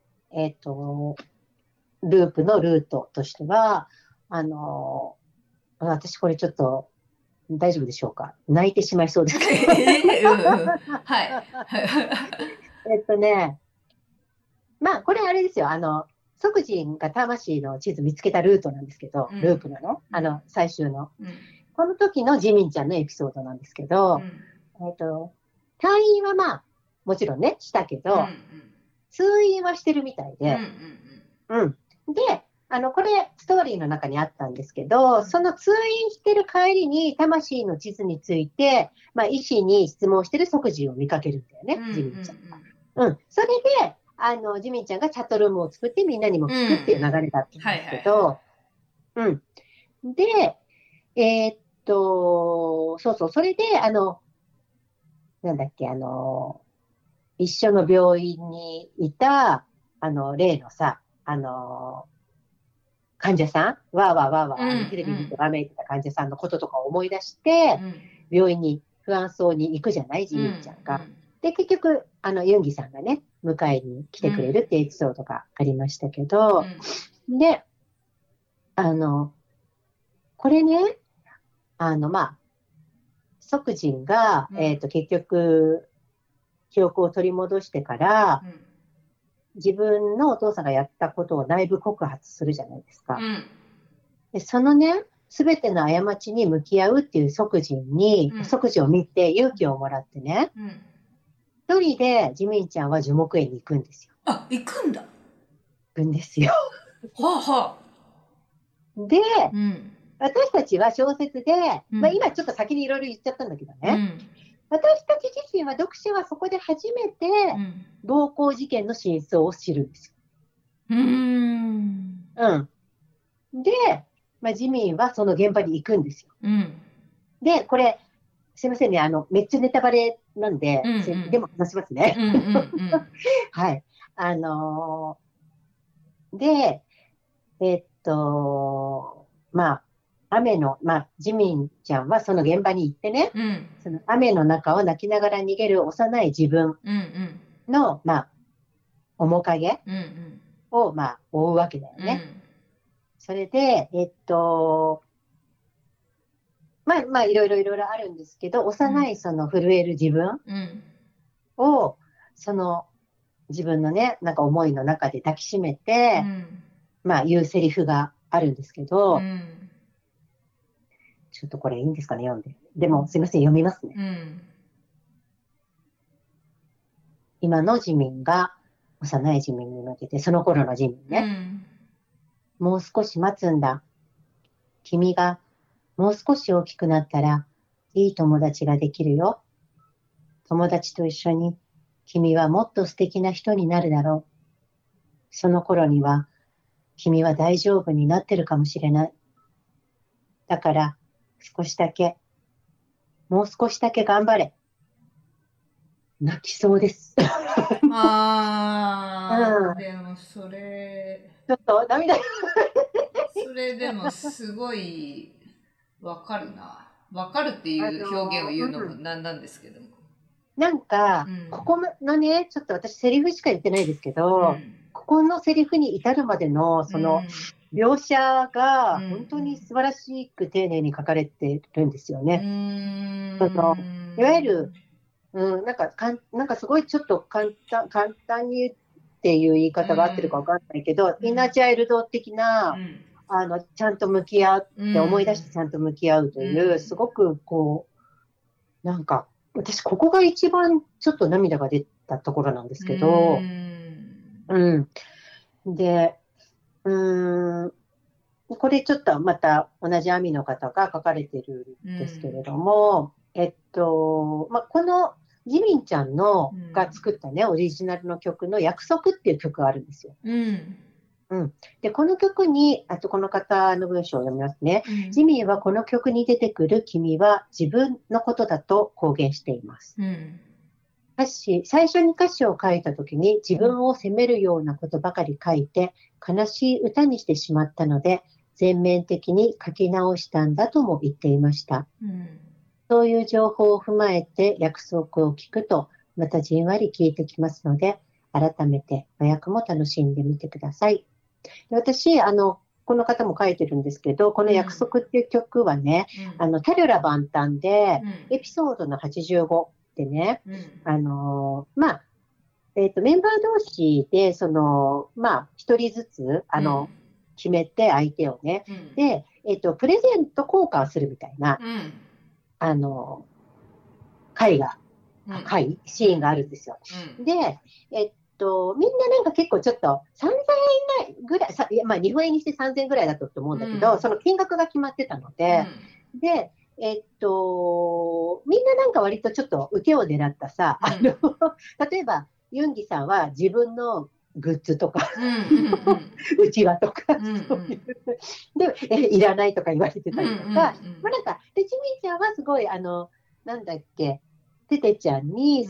ループのルートとしては、私これちょっと大丈夫でしょうか？泣いてしまいそうですけど。はい。これあれですよ。即人が魂の地図見つけたルートなんですけど、ループのね、最終の。この時のジミンちゃんのエピソードなんですけど、退院はもちろんね、したけど、通院はしてるみたいで、で、これ、ストーリーの中にあったんですけど、その通院してる帰りに、魂の地図について、医師に質問してる即時を見かけるんだよね、ジミンちゃんが。それで、ジミンちゃんがチャットルームを作ってみんなにも聞くっていう流れだったんですけど、で、それで、なんだっけ、一緒の病院にいた、例のさ、患者さん、わー、テレビ見てわめいてた患者さんのこととかを思い出して、病院に不安そうに行くじゃない、ジミンちゃんが。で、結局、ユンギさんがね、迎えに来てくれるっていうエピソードがありましたけど、で、これね、即人が、結局、記憶を取り戻してから、自分のお父さんがやったことを内部告発するじゃないですか。でそのね、すべての過ちに向き合うっていう即人を見て勇気をもらってね、一人でジミンちゃんは樹木園に行くんですよ。 あ、行くんだ。 行くんですよ。で、私たちは小説で、今ちょっと先にいろいろ言っちゃったんだけどね、私たち自身は読者はそこで初めて暴行事件の真相を知るんですよ。で、ジミンはその現場に行くんですよ。で、これ、すいませんね、めっちゃネタバレなんで、でも話しますね。はい。で、ジミンちゃんはその現場に行ってね、その雨の中を泣きながら逃げる幼い自分の、面影を、まあ、追うわけだよね。それで、まあ、いろいろあるんですけど、幼いその震える自分を、その自分のね、なんか思いの中で抱きしめて、まあ、言うセリフがあるんですけど、ちょっとこれいいんですかね、読んで。でも、すいません、読みますね。今の自民が、幼い自民に向けて、その頃の自民ね。もう少し待つんだ。君がもう少し大きくなったら、いい友達ができるよ。友達と一緒に、君はもっと素敵な人になるだろう。その頃には、君は大丈夫になってるかもしれない。だから、少しだけ、もう少しだけ頑張れ。泣きそうです。 でもそれ、 ちょっと涙それでもすごいわかるな。わかるっていう表現を言うのもなんなんですけども。 なんか、ここのね、ちょっと私セリフしか言ってないですけど、ここのセリフに至るまでの、その、描写が本当に素晴らしく丁寧に書かれてるんですよね。いわゆる、なんかすごいちょっと簡単に言っていう言い方が合ってるかわかんないけど、インナーチャイルド的な、ちゃんと向き合って、思い出してちゃんと向き合うという、すごくこう、なんか、私ここが一番ちょっと涙が出たところなんですけど、で、これちょっとまた同じアミの方が書かれてるんですけれども、このジミンちゃんのが作ったね、オリジナルの曲の約束っていう曲があるんですよ。で、この曲に、あとこの方の文章を読みますね。ジミンはこの曲に出てくる君は自分のことだと公言しています。最初に歌詞を書いた時に自分を責めるようなことばかり書いて悲しい歌にしてしまったので全面的に書き直したんだとも言っていました。そういう情報を踏まえて約束を聞くとまたじんわり聞いてきますので改めて和訳も楽しんでみてください。私、この方も書いてるんですけど、この約束っていう曲はね、タルラ万端で、エピソードの85でね、メンバー同士で、一人ずつ、決めて相手をね、で、プレゼント交換するみたいな、シーンがあるんですよ。で、みんななんか結構ちょっと3000円ぐらい、日本円にして3000円ぐらいだったと思うんだけど、その金額が決まってたので、で、みんななんか割とちょっと受けを狙ったさ、例えば、ユンギさんは自分のグッズとか、うちわとか、で、いらないとか言われてたりとか、なんか、で、ジミンちゃんはすごい、なんだっけ、テテちゃんに、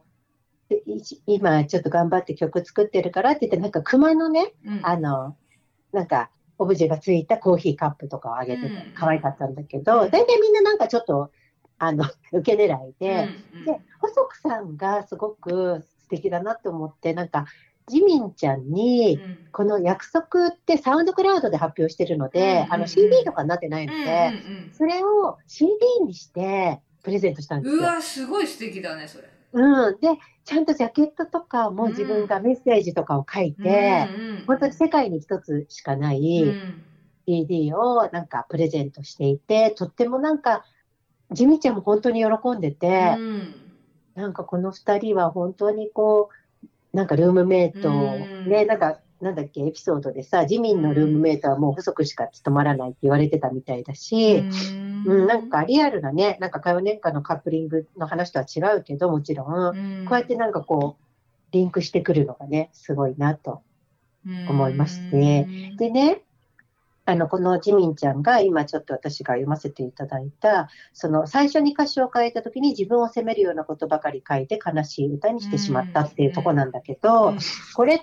今ちょっと頑張って曲作ってるからって言って、なんか熊のね、なんかオブジェがついたコーヒーカップとかをあげてて可愛かったんだけど、大体みんななんかちょっと、受け狙いで、で、細くさんがすごく素敵だなと思って、なんか、ジミンちゃんに、この約束ってサウンドクラウドで発表してるので、CD とかになってないので、それを CD にしてプレゼントしたんですよ。 うわ、すごい素敵だね、それ。 で、ちゃんとジャケットとかも自分がメッセージとかを書いて、本当に世界に一つしかない CD をなんかプレゼントしていて、とってもなんか、ジミちゃんも本当に喜んでて、なんかこの二人は本当にこう、なんかルームメイト、ね、なんだっけ、エピソードでさ、ジミンのルームメイトはもう細くしか務まらないって言われてたみたいだし、なんかリアルなね、なんか火年間のカップリングの話とは違うけど、もちろん、こうやってなんかこう、リンクしてくるのがね、すごいなと思いまして、でね、このジミンちゃんが今ちょっと私が読ませていただいた、その最初に歌詞を書いた時に自分を責めるようなことばかり書いて悲しい歌にしてしまったっていうとこなんだけど、これって、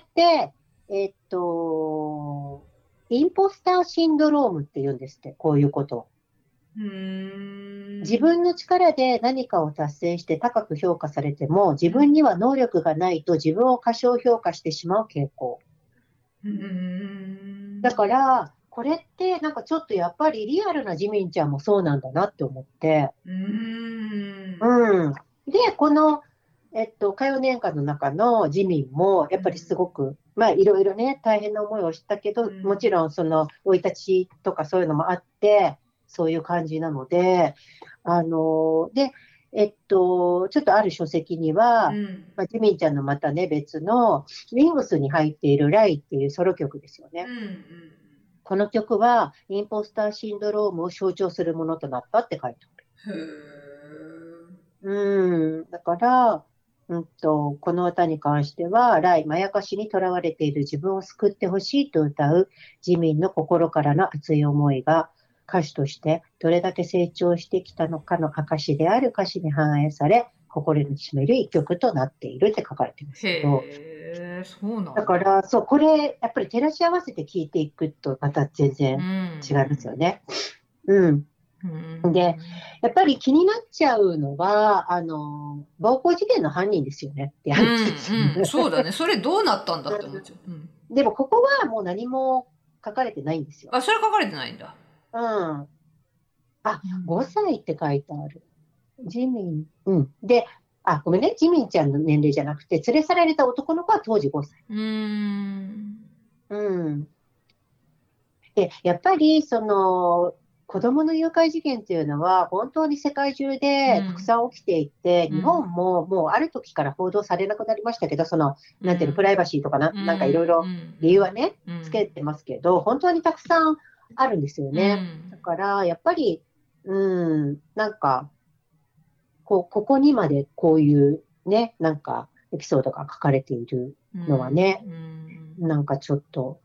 インポスターシンドロームって言うんですって、こういうことを。自分の力で何かを達成して高く評価されても、自分には能力がないと自分を過小評価してしまう傾向。 だから、これってなんかちょっとやっぱりリアルなジミンちゃんもそうなんだなって思って。で、この、歌謡年間の中のジミンも、やっぱりすごく、まあいろいろね、大変な思いをしたけど、もちろんその、生い立ちとかそういうのもあって、そういう感じなので、で、ちょっとある書籍には、まあ、ジミンちゃんのまたね、別の、ウィングスに入っているライっていうソロ曲ですよね。この曲は、インポスターシンドロームを象徴するものとなったって書いてある。だから、この歌に関しては、ライ、まやかしにとらわれている自分を救ってほしいと歌う自民の心からの熱い思いが、歌手としてどれだけ成長してきたのかの証である歌詞に反映され、心に締める一曲となっているって書かれてますけど。 そうなんだから、そう、これ、やっぱり照らし合わせて聴いていくと、また全然違いますよね。で、やっぱり気になっちゃうのは、暴行事件の犯人ですよねって話。 そうだね。それどうなったんだって思っちゃう。でも、ここはもう何も書かれてないんですよ。 あ、それ書かれてないんだ。 あ、5歳って書いてある。ジミン。で、ごめんね。ジミンちゃんの年齢じゃなくて、連れ去られた男の子は当時5歳。で、やっぱり、その、子供の誘拐事件っていうのは、本当に世界中でたくさん起きていて、日本ももうある時から報道されなくなりましたけど、その、なんていうの、プライバシーとかなんかいろいろ理由はね、つけてますけど、本当にたくさんあるんですよね。だから、やっぱり、なんか、ここにまでこういうね、なんかエピソードが書かれているのはね、なんかちょっと、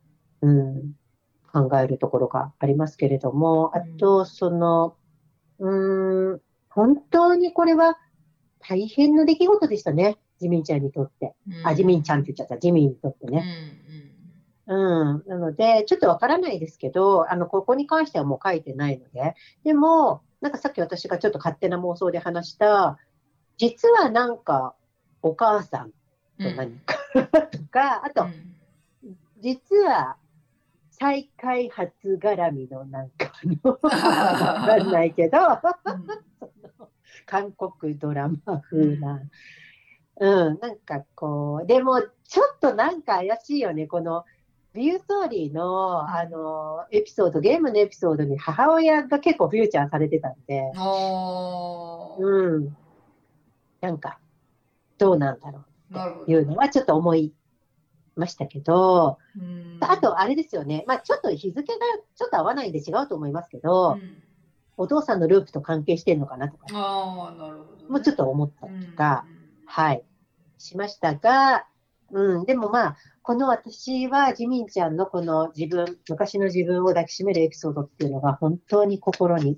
考えるところがありますけれども、あと、その、本当にこれは大変な出来事でしたね、ジミンちゃんにとって。ジミンちゃんって言っちゃった、ジミンにとってね。なので、ちょっとわからないですけど、ここに関してはもう書いてないので、でも、なんかさっき私がちょっと勝手な妄想で話した、実はなんか、お母さんと何かとか、あと、実は、再開発絡みのなんかわかんないけど、韓国ドラマ風な、なんかこう、でもちょっとなんか怪しいよね、このビューストーリーのエピソード、ゲームのエピソードに母親が結構フューチャーされてたんで、なんかどうなんだろうっていうのはちょっと思いましたけど、あと、あれですよね。まあ、ちょっと日付がちょっと合わないんで違うと思いますけど、お父さんのループと関係してるのかなとか、もうちょっと思ったりとか、はい、しましたが、でもまあ、この私はジミンちゃんのこの昔の自分を抱きしめるエピソードっていうのが本当に心に、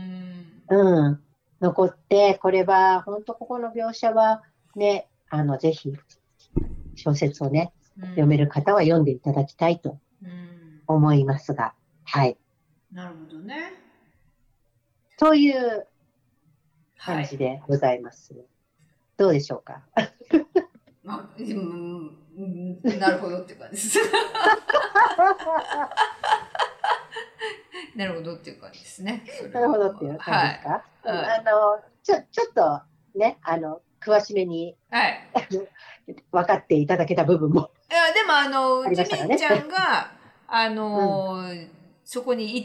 残って、これは本当ここの描写はね、ぜひ小説をね、読める方は読んでいただきたいと思いますが、はい。 なるほどね。 という感じでございます。どうでしょうか。 なるほどっていう感じです。なるほどっていう感じですね。 なるほどっていう感じですか。ちょっとね、詳しめに、分かっていただけた部分も。 いや、でもジミンちゃんが、そこに行って、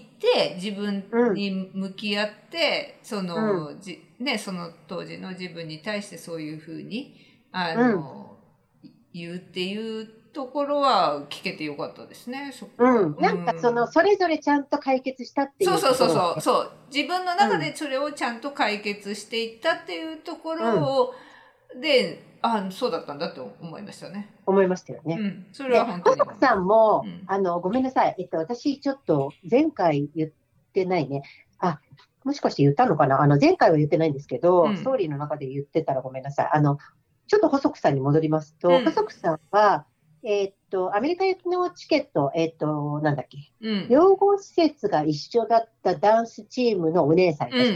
自分に向き合って、その当時の自分に対してそういうふうに、言うっていうところは聞けてよかったですね。 なんかそれぞれちゃんと解決したっていうところ。 そう。自分の中でそれをちゃんと解決していったっていうところを、で、そうだったんだと思いましたね。 思いましたよね。 それは本当に。 細さんも、ごめんなさい。私ちょっと前回言ってないね。もしかして言ったのかな前回は言ってないんですけど、ストーリーの中で言ってたらごめんなさい。ちょっと細くさんに戻りますと、細くさんは、アメリカ行きのチケット、なんだっけ、養護施設が一緒だったダンスチームのお姉さんです。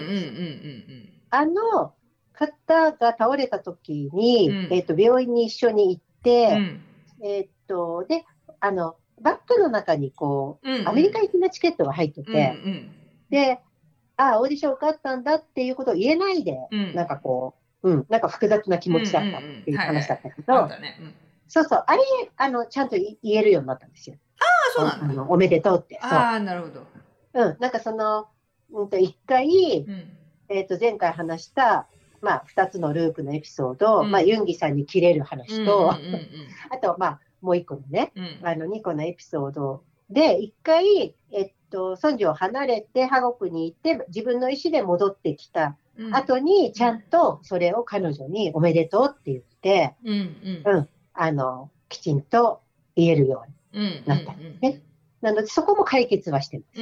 方が倒れた時に、病院に一緒に行って、で、 バッグの中にこう、アメリカ行きのチケットが入ってて、で、オーディション受かったんだっていうことを言えないで、なんかこう、なんか複雑な気持ちだったっていう話だったけど、そうそう、あれ、ちゃんと言えるようになったんですよ。 そうなんだ。 おめでとうって。 なるほど。 なんか一回、前回話した、二つのループのエピソード、ユンギさんに切れる話と、あと、もう一個のね、2個のエピソードで、一回、孫女を離れて、ハゴクに行って、自分の意思で戻ってきた後に、ちゃんとそれを彼女におめでとうって言って、きちんと言えるようになったんですね。なので、そこも解決はしてます。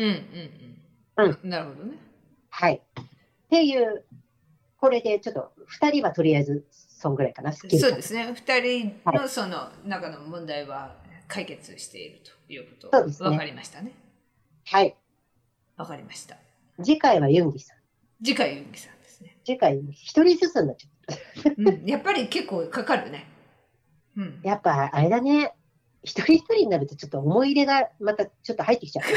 なるほどね。 はい。っていう、これでちょっと、2人はとりあえず、そんぐらいかな。 そうですね。2人のその中の問題は解決しているということ、分かりましたね。 はい。 分かりました。 次回はユンギさん。 次回ユンギさんですね。 次回、一人ずつになっちゃう。やっぱり結構かかるね。 やっぱ、あれだね。一人一人になるとちょっと思い入れがまたちょっと入ってきちゃう。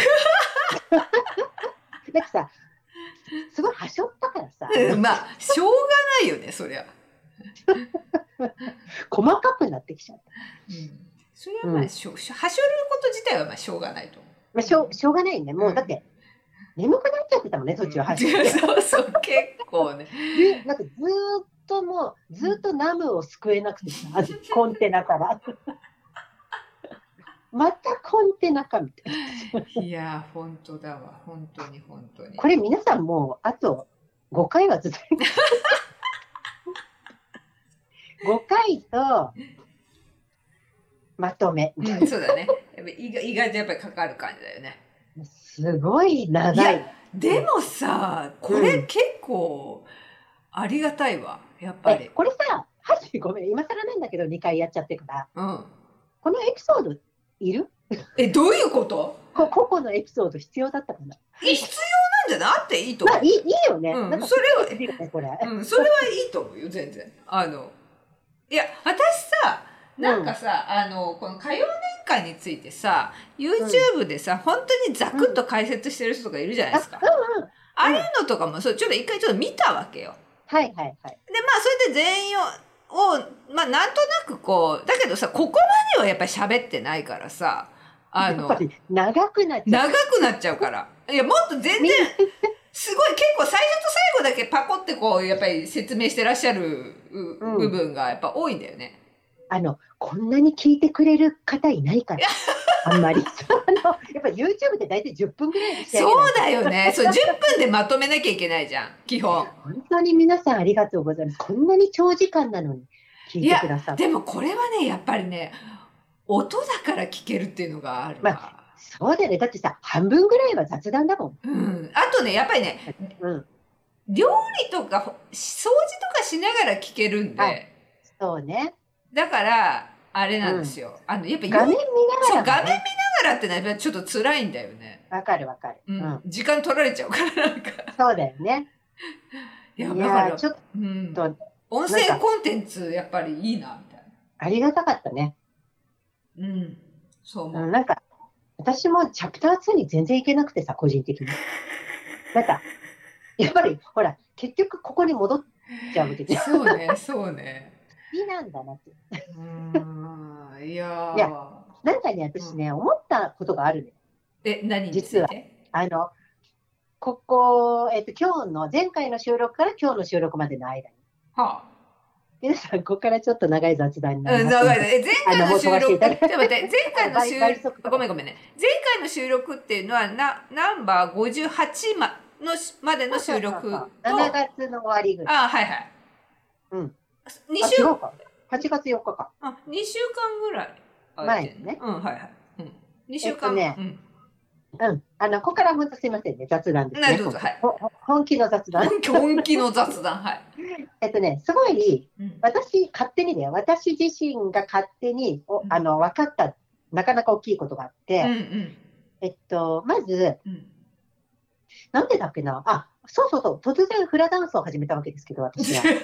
なんかさ、すごいはしょったからさ。 しょうがないよね、そりゃ。 細かくなってきちゃった。 それははしょること自体はしょうがないと思う。 しょうがないね。もうだって、眠くなっちゃってたもんね、途中はしょって。 そう、結構ね。 なんかずっとナムを救えなくてさ、コンテナから。またコンテナかみたいな。いや、本当だわ。本当に。 これ皆さんもう、あと5回は続いて5回と、まとめ。 そうだね。意外とやっぱりかかる感じだよね。 すごい長い。 でもさ、これ結構ありがたいわ。やっぱり。 これさ、ごめん、今更なんだけど2回やっちゃってるから。このエピソードいる？ どういうこと？ 個々のエピソード必要だったかな？ 必要なんじゃなくていいと思う。 いいよね。 それはいいと思うよ、全然。いや、私さ、なんかさ、この歌謡年間についてさ、YouTube でさ、本当にザクッと解説してる人とかいるじゃないですか。ああいうのとかも、ちょっと一回見たわけよ。 で、 それで全員を、なんとなくこう、だけどさ、ここまではやっぱり喋ってないからさ、 やっぱり長くなっちゃうから。いや、もっと全然、すごい結構最初と最後だけパコってこう、やっぱり説明してらっしゃる部分がやっぱ多いんだよね。 こんなに聞いてくれる方いないから。あんまり。やっぱり YouTube って大体10分ぐらいでそうだよね。10分でまとめなきゃいけないじゃん、基本。 本当に皆さんありがとうございます。こんなに長時間なのに聞いてくださって。 でもこれはね、やっぱりね、音だから聞けるっていうのがあるわ。 そうだよね。だってさ、半分ぐらいは雑談だもん。あとね、やっぱりね、料理とか掃除とかしながら聞けるんで。 そうね。 だから、あれなんですよ。やっぱ画面見ながら。 画面見ながらってのはちょっと辛いんだよね。 わかる。 時間取られちゃうから、なんか。 そうだよね。 いや、ちょっと、音声コンテンツ、やっぱりいいな、みたいな。 ありがたかったね。 そう思う。 なんか、私もチャプター2に全然いけなくてさ、個人的に。なんか、やっぱり、ほら、結局ここに戻っちゃうわけで。 そうね。 好きなんだなって。 いやなんかね、私ね、思ったことがあるね。 何について？ 実は。ここ、今日の、前回の収録から今日の収録までの間に。皆さん、ここからちょっと長い雑談になります。 長いね。前回の収録、ちょっと待って、前回の収録、ごめんね。前回の収録っていうのは、ナンバー58までの収録と。 7月の終わりぐらい。 はい。 2週間。8月4日か。 2週間ぐらい。 前ね。 2週間。 ここから本当すいませんね、雑談ですね。本気の雑談。 本気の雑談、はい。 すごい、私自身が勝手に、分かった、なかなか大きいことがあって、まず、なんでだっけな、突然フラダンスを始めたわけですけど、私は。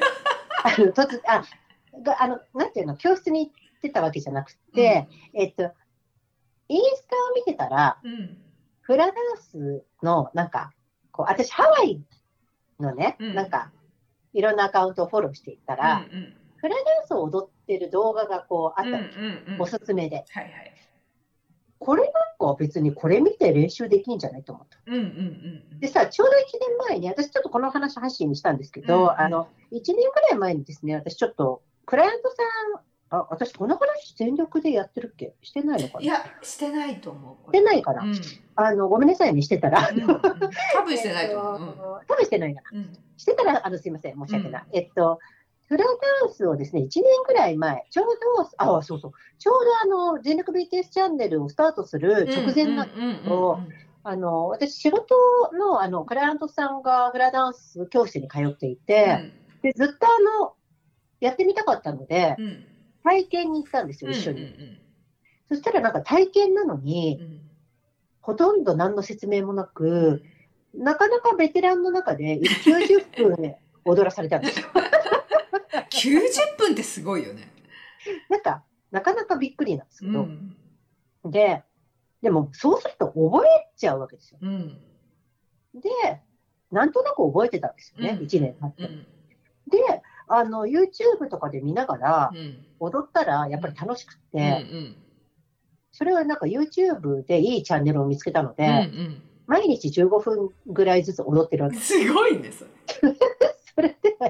なんていうの、教室に行ってたわけじゃなくて、 インスタを見てたら、フラダンスの、なんか、こう、私、ハワイのね、なんか、いろんなアカウントをフォローしていったら、フラダンスを踊ってる動画がこうあったわけ、おすすめで。これなんか別にこれ見て練習できんじゃないと思った。でさ、ちょうど1年前に、私ちょっとこの話発信にしたんですけど、1年ぐらい前にですね、私ちょっと、クライアントさん、私この話全力でやってるっけ？してないのかな？ いや、してないと思う。 してないかな、ごめんなさいね、してたら。 多分してないと思う。 多分してないな。してたら、すいません、申し訳ない。フラダンスをですね、1年ぐらい前、ちょうど、ちょうど全力 BTS チャンネルをスタートする直前なんですけど、私、仕事の、クライアントさんがフラダンス教室に通っていて、でずっとやってみたかったので、体験に行ったんですよ、一緒に。そしたらなんか体験なのに、ほとんど何の説明もなく、なかなかベテランの中で90分踊らされたんですよ。 90分ってすごいよね。 なかなかびっくりなんですけど。でも、そうすると覚えちゃうわけですよ。で、なんとなく覚えてたんですよね、1年経って。で、YouTube とかで見ながら、踊ったらやっぱり楽しくて、それはなんか YouTube でいいチャンネルを見つけたので、毎日15分ぐらいずつ踊ってるわけです。 すごいんです。 それで、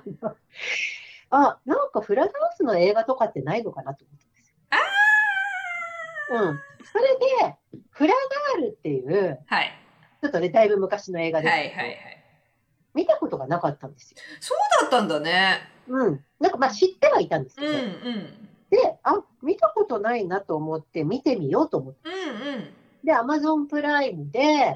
なんかフラダンスの映画とかってないのかなと思ったんですよ。それで、フラガールっていう、ちょっとね、だいぶ昔の映画ですけど、見たことがなかったんですよ。 そうだったんだね。 なんかまあ知ってはいたんですけど、で、見たことないなと思って見てみようと思って。で、Amazon プライムで、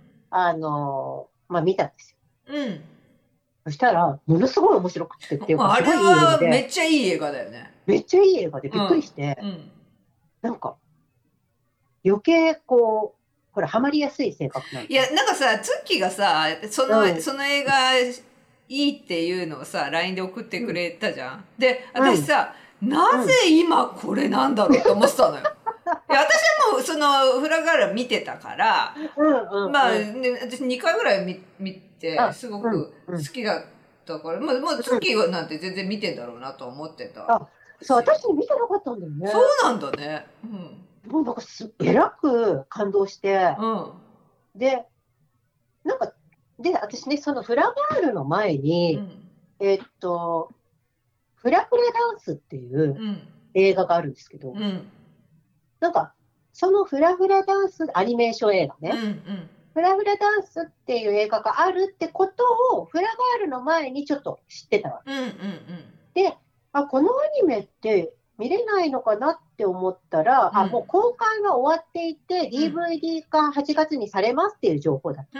見たんですよ。そしたら、ものすごい面白くてっていうか、すごいいい映画で。 めっちゃいい映画だよね。 めっちゃいい映画でびっくりして、なんか、余計こう、ほら、ハマりやすい性格なんです。いや、なんかさ、ツッキーがさ、その映画いいっていうのをさ、LINE で送ってくれたじゃん。で、私さ、なぜ今これなんだろうと思ってたのよ。いや、私はもうそのフラガール見てたから、まあ、ね、私2回ぐらい見て、すごく好きだったから、まあ、ツッキーなんて全然見てんだろうなと思ってた。 そう、私見てなかったんだよね。 そうなんだね。 もうなんかえらく感動して、で、なんか、私ね、そのフラガールの前に、フラフラダンスっていう映画があるんですけど、なんか、そのフラフラダンス、アニメーション映画ね、フラフラダンスっていう映画があるってことを、フラガールの前にちょっと知ってたわけ。で、このアニメって見れないのかなって思ったら、もう公開は終わっていて、DVD 化8月にされますっていう情報だった。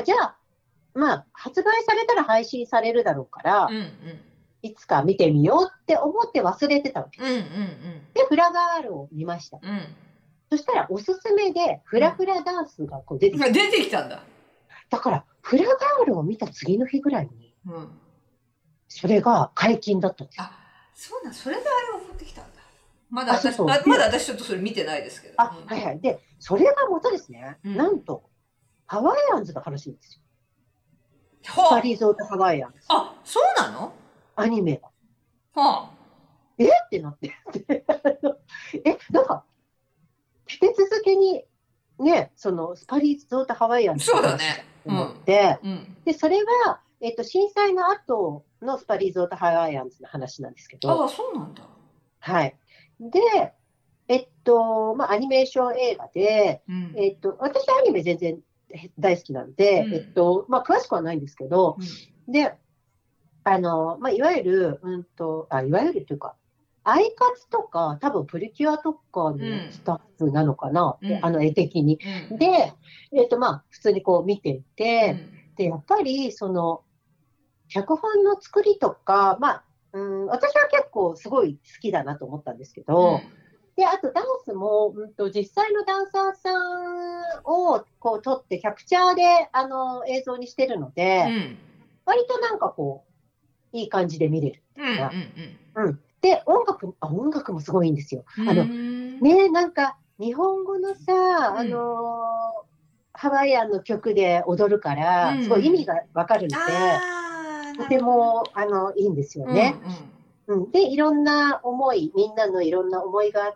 じゃあ、まあ、発売されたら配信されるだろうから、いつか見てみようって思って忘れてたわけです。で、フラガールを見ました。そしたら、おすすめで、フラフラダンスがこう出てきた。 出てきたんだ。 だから、フラガールを見た次の日ぐらいに、それが解禁だったんです。 そうなん、それであれ送ってきたんだ。まだ私ちょっとそれ見てないですけど。 はいはい。で、それがまたですね、なんと、ハワイアンズが楽しいんですよ。スパリゾートハワイアンズ。 そうなの？ アニメが。ってなって。なんか、立て続けに、ね、そのスパリゾートハワイアンズそうだね。 思って、で、それは、震災の後のスパリゾートハワイアンズの話なんですけど。 そうなんだ。 はい。で、アニメーション映画で、私アニメ全然大好きなんで、詳しくはないんですけど、で、いわゆる、いわゆるというか、アイカツとか、多分プリキュアとかのスタッフなのかな、絵的に。で、普通にこう見ていて、で、やっぱり、その、脚本の作りとか、私は結構すごい好きだなと思ったんですけど、で、あとダンスも、実際のダンサーさんをこう撮ってキャプチャーで映像にしてるので、割となんかこう、いい感じで見れる。で、音楽もすごいんですよ。なんか、 日本語のさ、ハワイアンの曲で踊るから、すごい意味がわかるので、とても、いいんですよね。で、いろんな思い、みんなのいろんな思いがあって、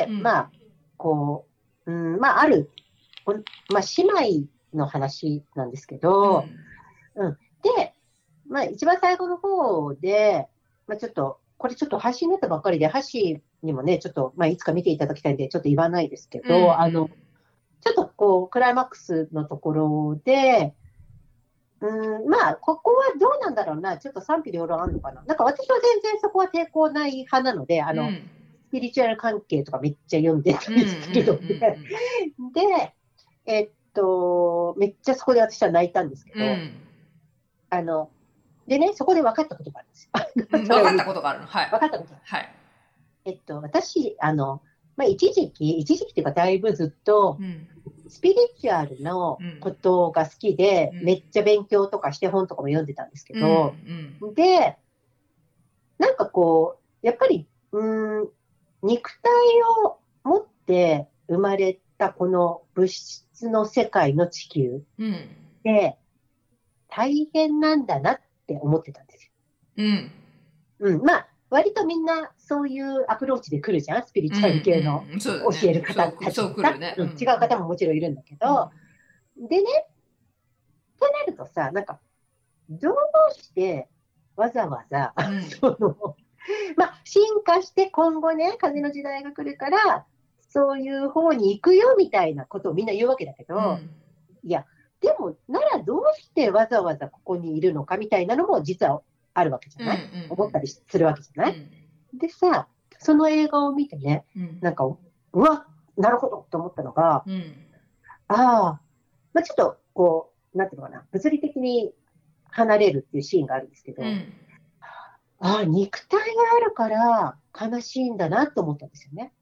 まあ、こう、まあ、ある、まあ、姉妹の話なんですけど、で、まあ、一番最後の方で、まあ、ちょっと、これちょっと配信になったばっかりで、箸にもね、ちょっと、まあ、いつか見ていただきたいんで、ちょっと言わないですけど、ちょっとこう、クライマックスのところで、まあ、ここはどうなんだろうな、ちょっと賛否両論あるのかな。なんか私は全然そこは抵抗ない派なので、スピリチュアル関係とかめっちゃ読んでたりするので、で、めっちゃそこで私は泣いたんですけど、でね、そこで分かったことがあるんですよ。 分かったことがあるの。はい。 分かったことがある。 はい。私、まあ、一時期っていうかだいぶずっと、スピリチュアルのことが好きで、めっちゃ勉強とかして本とかも読んでたんですけど、で、なんかこう、やっぱり、肉体を持って生まれたこの物質の世界の地球で、大変なんだなって思ってたんですよ。まあ、割とみんなそういうアプローチで来るじゃん、スピリチュアル系の教える方たちが、違う方ももちろんいるんだけど、でね、となるとさ、なんか、どうしてわざわざ、まあ、進化して今後ね、風の時代が来るから、そういう方に行くよみたいなことをみんな言うわけだけど、いや、でも、ならどうしてわざわざここにいるのかみたいなのも実はあるわけじゃない、思ったりするわけじゃない、でさ、その映画を見てね、なんか、うわ、なるほどと思ったのが、まあ、ちょっと、こう、なんていうのかな、物理的に離れるっていうシーンがあるんですけど、肉体があるから悲しいんだなと思ったんですよね。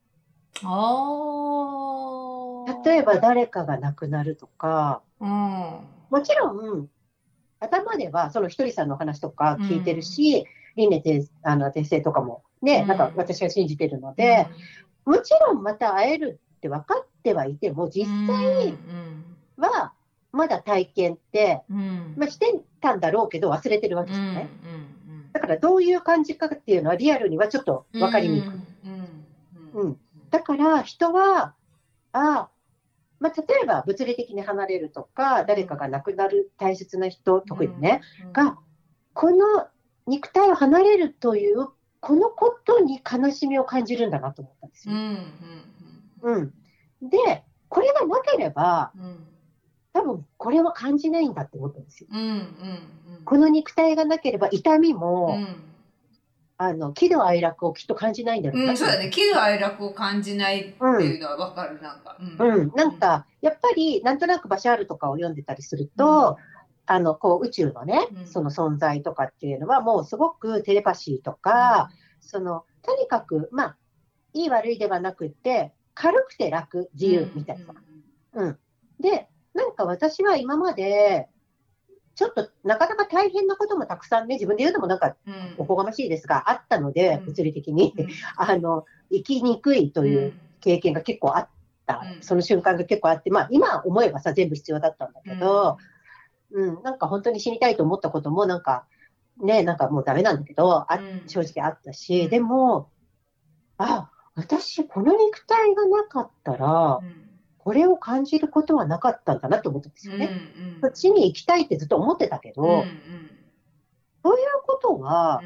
例えば誰かが亡くなるとか、もちろん、頭ではそのひとりさんの話とか聞いてるし、輪廻転生とかもね、なんか私は信じてるので、もちろんまた会えるって分かってはいても、実際はまだ体験って、まあ、してたんだろうけど忘れてるわけじゃない、だからどういう感じかっていうのはリアルにはちょっと分かりにくい。だから人は、まあ、例えば物理的に離れるとか、誰かが亡くなる大切な人、特にね、が、この肉体を離れるという、このことに悲しみを感じるんだなと思ったんですよ。で、これがなければ、多分これは感じないんだって思ったんですよ。この肉体がなければ痛みも、喜怒哀楽をきっと感じないんだろうな。 そうだね。喜怒哀楽を感じないっていうのはわかる、なんか。 なんか、やっぱり、なんとなくバシャールとかを読んでたりすると、こう宇宙のね、その存在とかっていうのは、もうすごくテレパシーとか、とにかく、まあ、いい悪いではなくて、軽くて楽、自由みたいな。で、なんか私は今まで、ちょっとなかなか大変なこともたくさんね、自分で言うのもなんかおこがましいですが、あったので、物理的に、生きにくいという経験が結構あった、その瞬間が結構あって、まあ今思えばさ、全部必要だったんだけど、なんか本当に死にたいと思ったこともなんか、ね、なんかもうダメなんだけど、正直あったし、でも、私この肉体がなかったら、これを感じることはなかったんだなと思ったんですよね。そっちに行きたいってずっと思ってたけど、そういうことは、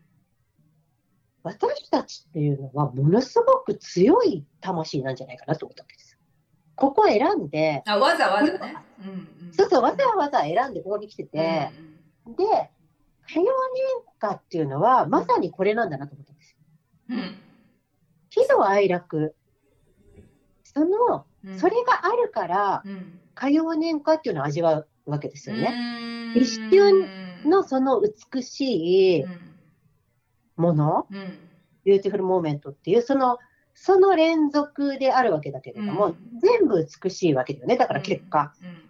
私たちっていうのはものすごく強い魂なんじゃないかなと思ったんです。ここを選んで、 わざわざね。 そうそう、わざわざ選んでここに来てて、で、多様年化っていうのはまさにこれなんだなと思ったんですよ。喜怒哀楽。それがあるから、多様年化っていうのを味わうわけですよね。一瞬のその美しいもの、ビューティフルモーメントっていう、その連続であるわけだけれども、全部美しいわけだよね。だから結果。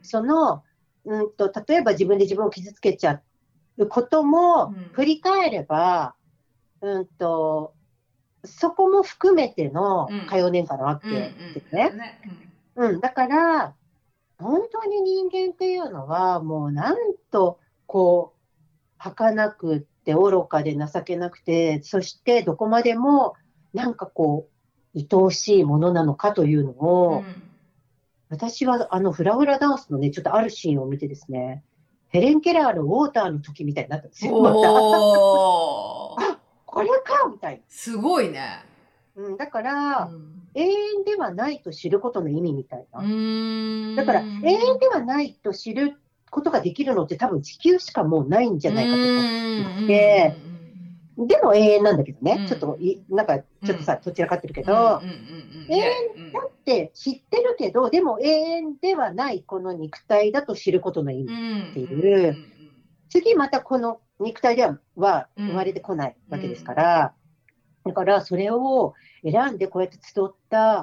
例えば自分で自分を傷つけちゃうことも、振り返れば、 そこも含めての歌謡年歌なわけですね。だから、本当に人間っていうのは、もうなんと、こう、儚くって愚かで情けなくて、そしてどこまでも、なんかこう、愛おしいものなのかというのを、私はフラフラダンスのね、ちょっとあるシーンを見てですね、ヘレン・ケラーのウォーターの時みたいになったんですよ。また。あ、これかみたいな。 すごいね。 だから、永遠ではないと知ることの意味みたいな。だから、永遠ではないと知ることができるのって多分地球しかもうないんじゃないかと思っていて、でも永遠なんだけどね、ちょっと、なんか、ちょっとさ、どちらかってるけど、永遠だって知ってるけど、でも永遠ではないこの肉体だと知ることの意味っていう、次またこの肉体では生まれてこないわけですから、だからそれを選んでこうやって集った、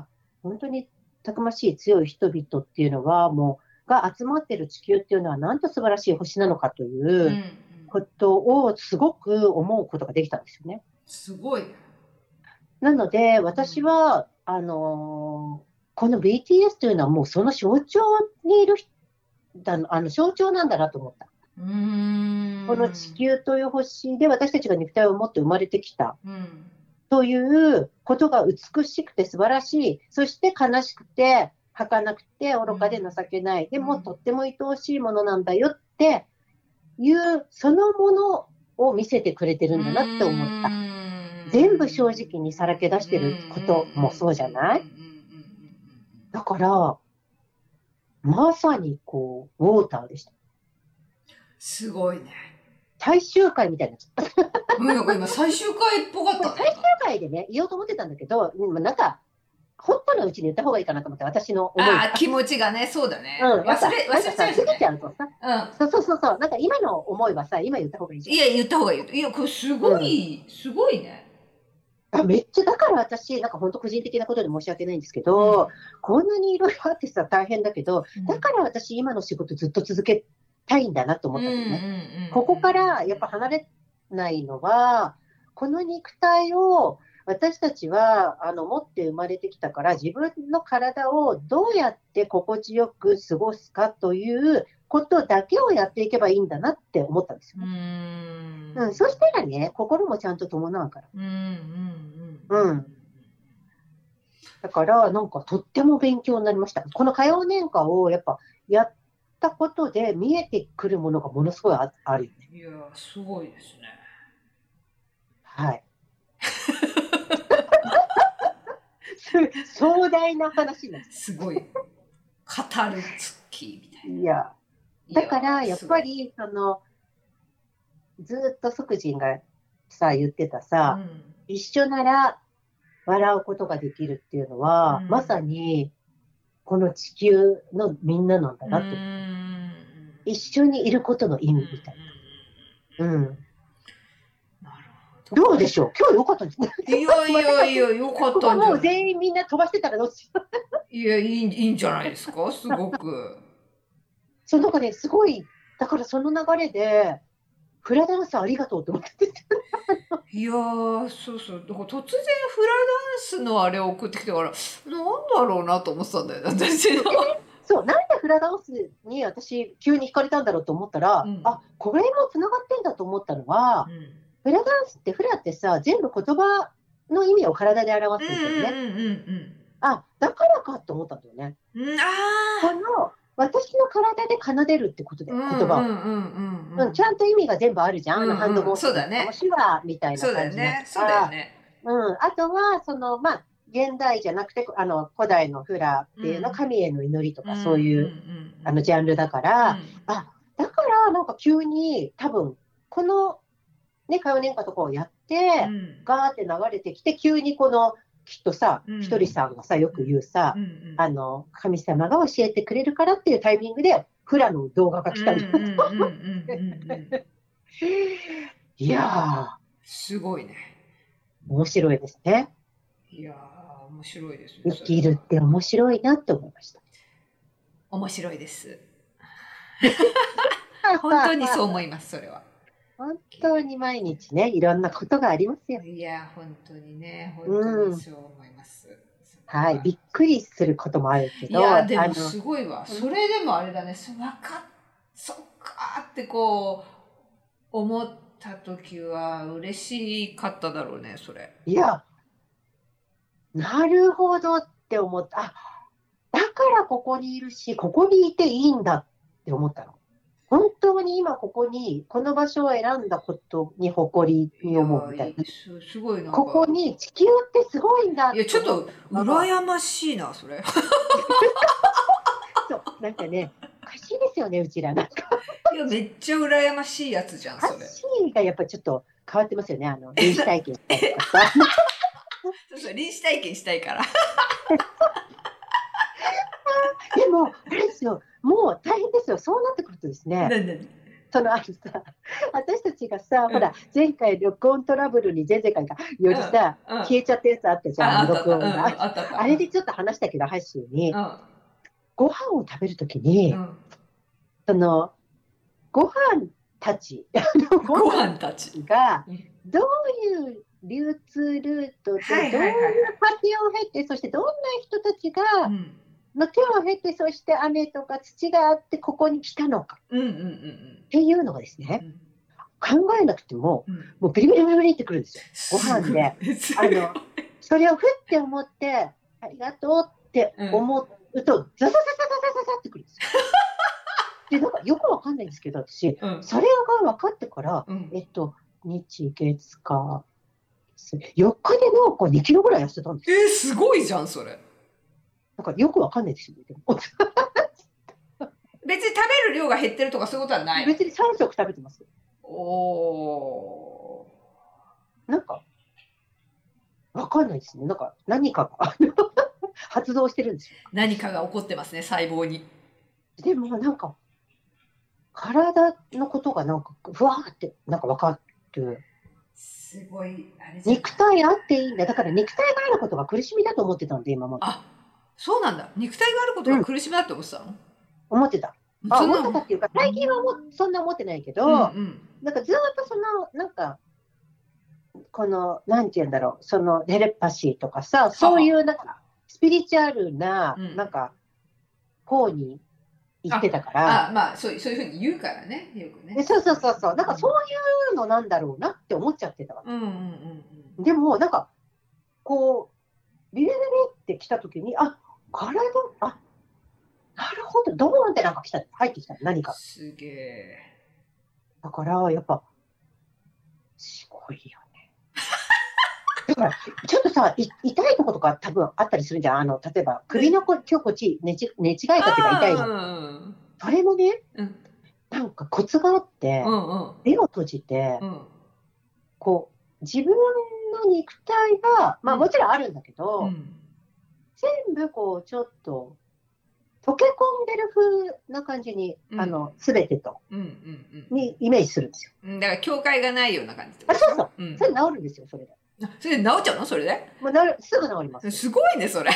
本当にたくましい強い人々っていうのは、もう、が集まってる地球っていうのはなんと素晴らしい星なのかということをすごく思うことができたんですよね。 すごい。 なので、私は、この BTS というのはもうその象徴にいる象徴なんだなと思った。この地球という星で私たちが肉体を持って生まれてきた。ということが美しくて素晴らしい。そして悲しくて、儚くて、愚かで情けない。でも、とっても愛おしいものなんだよっていう、そのものを見せてくれてるんだなって思った。全部正直にさらけ出してることもそうじゃない？だから、まさにこう、ウォーターでした。 すごいね。 最終回みたいになっちゃった。 なんか今最終回っぽかった。 最終回でね、言おうと思ってたんだけど、なんか、本当のうちに言った方がいいかなと思って、私の思い。 気持ちがね、そうだね。 忘れちゃう、過ぎちゃうとさ。そう。なんか今の思いはさ、今言った方がいいじゃん。 いや、言った方がいい。いや、これすごい、すごいね。 めっちゃ、だから私、なんか本当個人的なことで申し訳ないんですけど、こんなにいろいろあってさ、大変だけど、だから私今の仕事ずっと続けたいんだなと思ったんですね。ここからやっぱ離れないのは、この肉体を私たちは持って生まれてきたから、自分の体をどうやって心地よく過ごすかということだけをやっていけばいいんだなって思ったんですよね。そしたらね、心もちゃんと伴うから。だから、なんかとっても勉強になりました。この歌謡年歌をやっぱやったことで見えてくるものがものすごいあるよね。 いや、すごいですね。 はい。壮大な話なんです。 すごい。語る月みたいな。 いや、だからやっぱりずっと即人がさ言ってたさ、一緒なら笑うことができるっていうのは、まさにこの地球のみんななんだなと。一緒にいることの意味みたいな。どうでしょう？今日良かったですね。 いや、良かったんじゃない？ もう全員みんな飛ばしてたらどうしよう。いや、いいんじゃないですか、すごく。 そう、なんかね、すごい、だからその流れで、フラダンスありがとうと思って。 いやー、そう。だから突然フラダンスのあれを送ってきてから、なんだろうなと思ってたんだよね、私の。 そう、なんでフラダンスに私、急に惹かれたんだろうと思ったら、これも繋がってんだと思ったのは、フラダンスって、フラってさ、全部言葉の意味を体で表すんだよね。だからかと思ったんだよね。この、私の体で奏でるってことで、言葉を。ちゃんと意味が全部あるじゃん。ハンドモーション。 そうだね。 手話みたいな感じだそうだよね。 あとは、現代じゃなくて、古代のフラっていうのは神への祈りとか、そういう、ジャンルだから、だからなんか急に、多分、この、ね、歌謡年歌とかをやって、ガーって流れてきて、急にこの、きっとさ、ひとりさんがさ、よく言うさ、神様が教えてくれるからっていうタイミングで、フラの動画が来たんだと思って。いやー。 すごいね。 面白いですね。 いやー、面白いですね。 生きるって面白いなって思いました。 面白いです。本当にそう思います、それは。 本当に毎日ね、いろんなことがありますよ。 いや、本当にね、本当にそう思います。 はい、びっくりすることもあるけど。 いや、でもすごいわ。それでもあれだね、そっかってこう、思った時は嬉しかっただろうね、それ。 いや、なるほどって思った。あ、だからここにいるし、ここにいていいんだって思ったの。本当に今ここに、この場所を選んだことに誇りに思うみたいな。 すごいなんか。 ここに地球ってすごいんだって。 いや、ちょっと羨ましいな、それ。 そう、なんかね、おかしいですよね、うちらなんか。 いや、めっちゃ羨ましいやつじゃん、それ。 足がやっぱちょっと変わってますよね、臨死体験したりとかさ。 そう、臨死体験したいから。 でも、あれですよ、もう大変ですよ。そうなってくるとですね、私たちがさ、ほら、前回録音トラブルに前々回かよりさ、消えちゃったやつあったじゃん、録音が。あれでちょっと話したけど、ハッシーに、ご飯を食べるときに、ご飯たちが、どういう流通ルートで、どういう過程を経て、そしてどんな人たちが、の手を経て、そして雨とか土があってここに来たのかっていうのがですね、考えなくても、もうビリビリビリってくるんですよ、ご飯で。それをふって思って、ありがとうって思うと、ザザザザザザザってくるんですよ。で、なんかよくわかんないんですけど、私、それが分かってから、日月火、4日でも2キロぐらい痩せたんですよ。 すごいじゃん、それ。 なんかよくわかんないですよね、でも。 別に食べる量が減ってるとかそういうことはない。 別に3食食べてます。 おー。なんか、わかんないですね。なんか、何かが発動してるんですよ。 何かが起こってますね、細胞に。 でも、なんか、体のことがなんか、ふわーって、なんかわかる。 すごい、あれじゃん。肉体あっていいんだ。だから肉体があることが苦しみだと思ってたんで、今まで。 あ、そうなんだ。肉体があることが苦しみだって思ってたの？ 思ってた。思ってたっていうか、最近はそんな思ってないけど、なんかずっとなんか、この、なんて言うんだろう、そのテレパシーとかさ、そういうなんか、スピリチュアルな、なんか、方に行ってたから。 まあ、そういうふうに言うからね、よくね。 そう。なんかそういうのなんだろうなって思っちゃってたわけ。でも、なんか、こう、ビリビリって来た時に、なるほど、ドーンってなんか入ってきた、何か。 すげえ。 だから、やっぱ、すごいよね。だから、ちょっとさ、痛いとことか多分あったりするじゃん。例えば、首の今日こっち寝違えたっていうか痛いの。それもね、なんかコツがあって、目を閉じて、こう、自分の肉体が、まあもちろんあるんだけど、全部こう、ちょっと、溶け込んでる風な感じに、すべてと、にイメージするんですよ。 だから、境界がないような感じ。 そう。それ治るんですよ、それで。 それで治っちゃうの？それで？ もうすぐ治ります。 すごいね、それ。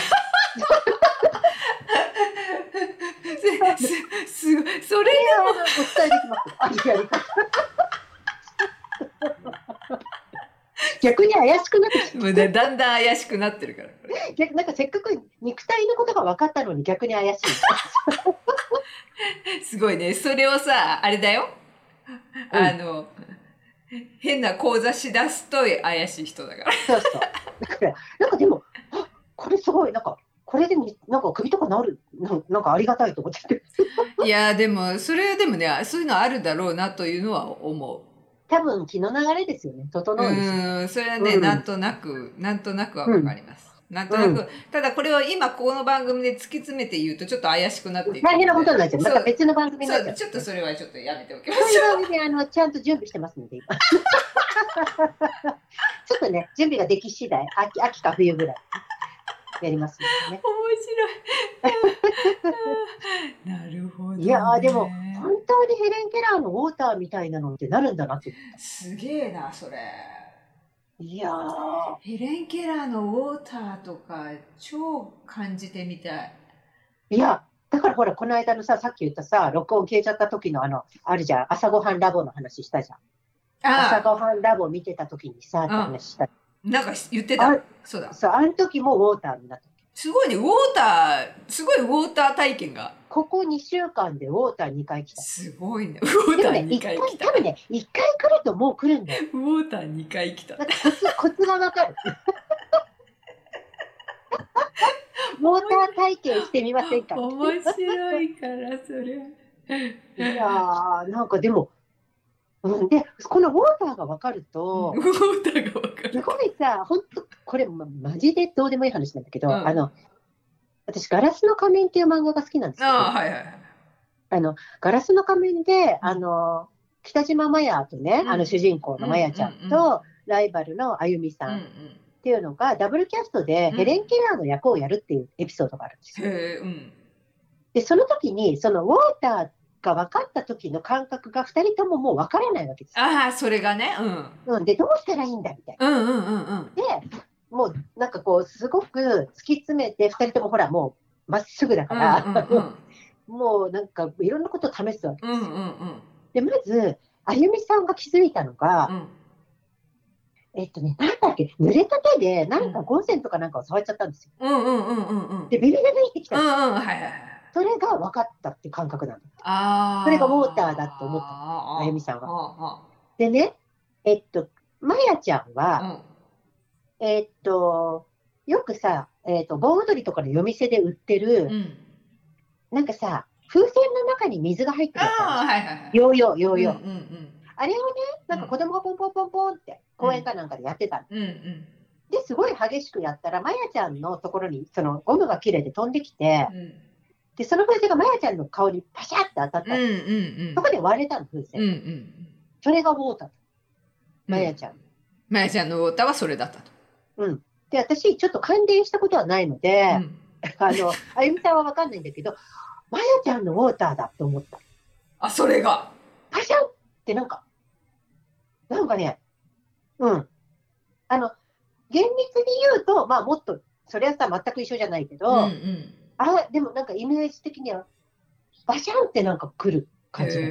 それでも。 お伝えできます。やり方。逆に怪しくなってきて。だんだん怪しくなってるから。 なんかせっかく肉体のことが分かったのに逆に怪しい。すごいね。それをさ、あれだよ。変な講座しだすと怪しい人だから。 そう。だから、なんかでも、これすごい、なんか、これでも、なんか首とか治る、なんかありがたいと思ってて。 いや、でも、それはでもね、そういうのあるだろうなというのは思う。 多分気の流れですよね。整うんですよ。 それはね、なんとなくはわかります。なんとなく、ただこれを今この番組で突き詰めて言うとちょっと怪しくなっていく。 大変なことになっちゃう。また別の番組になっちゃう。 ちょっとそれはちょっとやめておきましょう。 そういう番組でちゃんと準備してますので、今。ちょっとね、準備ができ次第、秋か冬ぐらい。やりますのでね。 面白い。なるほど、ね。 いやでも、本当にヘレン・ケラーのウォーターみたいなのってなるんだなって思った。 すげえな、それ。 いやヘレン・ケラーのウォーターとか、超感じてみたい。 いや、だからほら、この間のさっき言ったさ、録音消えちゃった時のあるじゃん、朝ごはんラボの話したじゃん。 朝ごはんラボ見てた時にさ、って話した。 なんか言ってた。そうだ。 そう、あの時もウォーターになった。 すごいね、すごいウォーター体験が。 ここ2週間でウォーター2回来た。 すごいね、ウォーター2回来た。 多分ね、1回来るともう来るんだよ。 ウォーター2回来た。 コツがわかる。ウォーター体験してみませんか？ 面白いから、それ。 いやー、なんかでも、で、このウォーターが分かると、 ウォーターが分かる。 すごいさ、本当これ、マジでどうでもいい話なんだけど、私、ガラスの仮面っていう漫画が好きなんですけど、ガラスの仮面で、北島麻也とね、主人公の麻也ちゃんと、ライバルのあゆみさんっていうのが、ダブルキャストでヘレン・ケラーの役をやるっていうエピソードがあるんですよ。で、その時に、そのウォーターが分かった時の感覚が2人とももう分からないわけです。 それがね。 で、どうしたらいいんだみたいな。で、もうなんかこう、すごく突き詰めて、2人ともほら、もうまっすぐだから、もうなんかいろんなことを試すわけですよ。で、まず、あゆみさんが気づいたのが、なんだっけ、濡れた手で、なんかゴンセンとかなんかを触っちゃったんですよ。で、ビリビリってきたんですよ。それが分かったって感覚なんだ。それがウォーターだと思った。あゆみさんは。でね、まやちゃんは、よくさ、盆踊りとかの夜店で売ってる、なんかさ、風船の中に水が入ってるやつ。ヨーヨー。あれをね、なんか子供がポンポンポンポンって公園かなんかでやってたの。で、すごい激しくやったら、まやちゃんのところに、そのゴムが切れて飛んできて、で、その風船がまやちゃんの顔にパシャって当たったの。そこで割れたの、風船。それがウォーター。まやちゃん。 まやちゃんのウォーターはそれだったと。 で、私、ちょっと関連したことはないので、あゆみさんはわかんないんだけど、まやちゃんのウォーターだと思った。 それが。 パシャンってなんかね、厳密に言うと、まあもっと、それはさ、全く一緒じゃないけど、でもなんかイメージ的には、バシャンってなんか来る感じだった。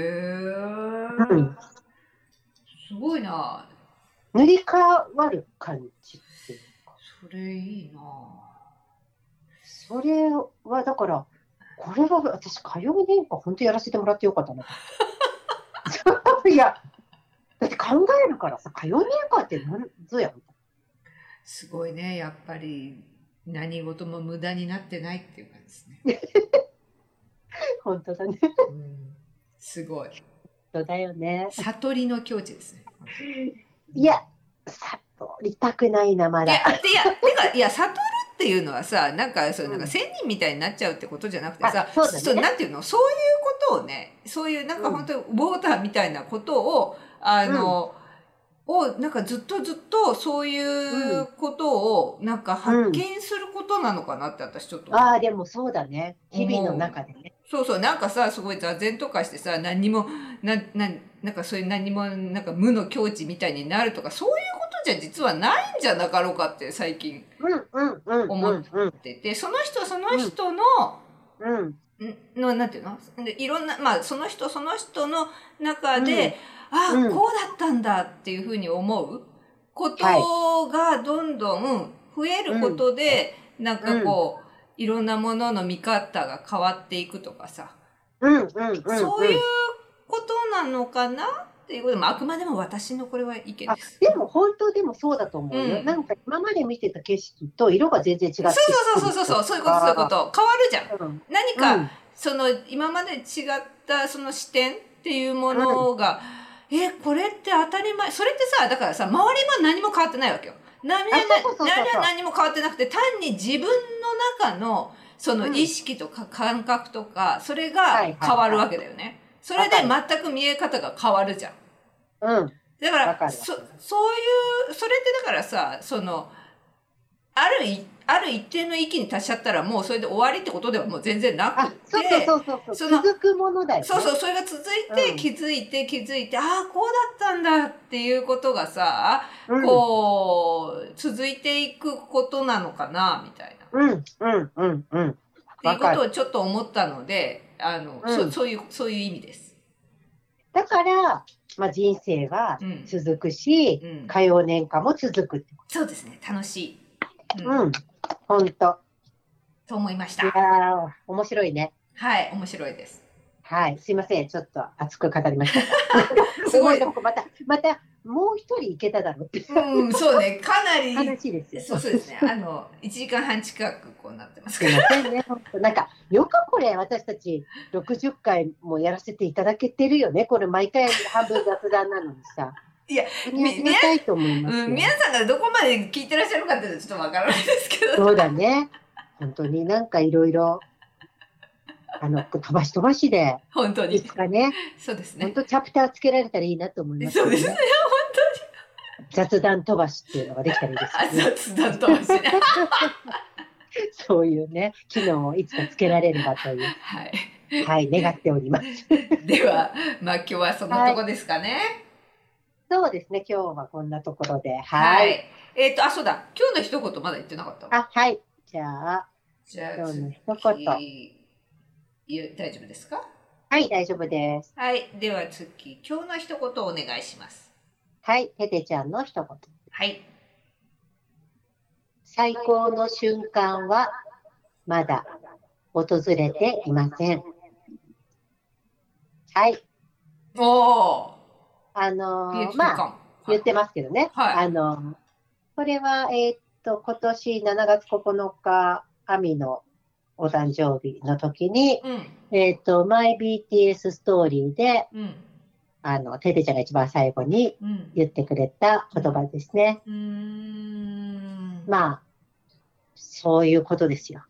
すごいな。 塗り替わる感じっていうか。 それいいな。 それは、だから、これは私、火曜年間、本当やらせてもらってよかったな。いや、だって考えるからさ、火曜年間って何ぞやみたいな。 すごいね、やっぱり何事も無駄になってないっていう感じですね。 本当だね。 すごい。 そうだよね。 悟りの境地ですね。 いや、悟りたくないな、まだ。 いや、悟るっていうのはさ、なんか仙人みたいになっちゃうってことじゃなくてさ、なんていうの、そういうことをね、そういうなんか本当にウォーターみたいなことを、なんかずっとそういうことをなんか発見することなのかなって私ちょっと。 でもそうだね。日々の中でね。 そう、なんかさ、すごい座禅とかしてさ、なんかそういう何も、なんか無の境地みたいになるとか、そういうことじゃ実はないんじゃなかろうかって最近思ってて、その人の、なんていうの？いろんな、まあその人の中で、こうだったんだっていうふうに思うことがどんどん増えることで、なんかこう、いろんなものの見方が変わっていくとかさ、そういうことなのかなっていうことでも、あくまでも私のこれは意見です。 でも本当でもそうだと思うよ。なんか今まで見てた景色と色が全然違って。 そういうこと。変わるじゃん。何か、今まで違ったその視点っていうものが、これって当たり前。それってさ、だからさ、周りも何も変わってないわけよ。何も変わってなくて、単に自分の中のその意識とか感覚とか、それが変わるわけだよね。それで全く見え方が変わるじゃん。だから、そういう、それってだからさ、ある一定の域に達しちゃったらもうそれで終わりってことではもう全然なくて、 続くものだよね。 それが続いて気づいて、こうだったんだっていうことがさ、こう、続いていくことなのかな、みたいな。っていうことをちょっと思ったので、そういう意味です。 だから、 まあ、人生は続くし、歌謡年間も続くってこと。 そうですね。楽しい。 うん。ほんと。 と思いました。 いやー、面白いね。 はい、面白いです。 はい。すいません。ちょっと熱く語りましたが。すごい。また、もう一人いけただろうって。 うん、そうね。かなり。 話ですよ。 そうですね。1時間半近くこうなってますから。すいませんね。本当なんか、よくこれ、私たち60回もやらせていただけてるよね。これ、毎回半分雑談なのにさ。 いや、 皆さんと思いますよ。 皆さんがどこまで聞いてらっしゃるかっていうのはちょっとわからないですけど。 そうだね。本当になんかいろいろ、飛ばしで、 本当に。 いつかね、 そうですね。 本当チャプターつけられたらいいなと思います、 ね。そうですね、本当に。雑談飛ばしっていうのができたらいいですね。雑談飛ばしね。 そういうね、機能をいつかつけられればという。はい。はい、願っております。 では、まあ今日はそのとこですかね。はい、 そうですね、今日はこんなところで。 はい。そうだ、今日の一言まだ言ってなかった。 はい。じゃあ今日の一言。大丈夫ですか？ はい、大丈夫です。 はい。では次、今日の一言をお願いします。 はい、ててちゃんの一言。 はい。 最高の瞬間はまだ訪れていません。はい。 おー。 まあ、言ってますけどね。はい、これは、今年7月9日、アミのお誕生日の時に、マイ BTS ストーリーで、ててちゃんが一番最後に言ってくれた言葉ですね。まあ、そういうことですよ。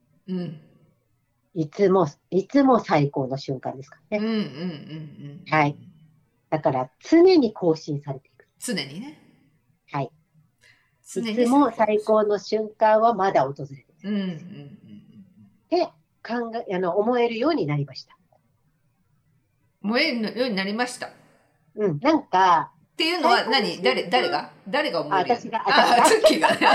いつも最高の瞬間ですからね。はい。だから、常に更新されていく。 常にね。 はい。いつも最高の瞬間はまだ訪れてる。って思えるようになりました。 思えるようになりました。 うん、なんか。 っていうのは何？誰が思えるように？ 私が。 ツッキーがね。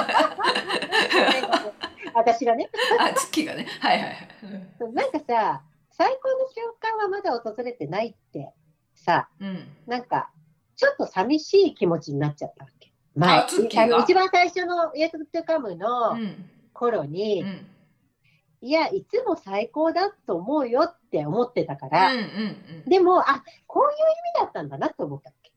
私がね。 ツッキーがね。はいはい。 なんかさ、最高の瞬間はまだ訪れてないってさ、なんか、ちょっと寂しい気持ちになっちゃったわけ。一番最初のYet to Comeの頃に、いや、いつも最高だと思うよって思ってたから、でも、こういう意味だったんだなって思ったっけ。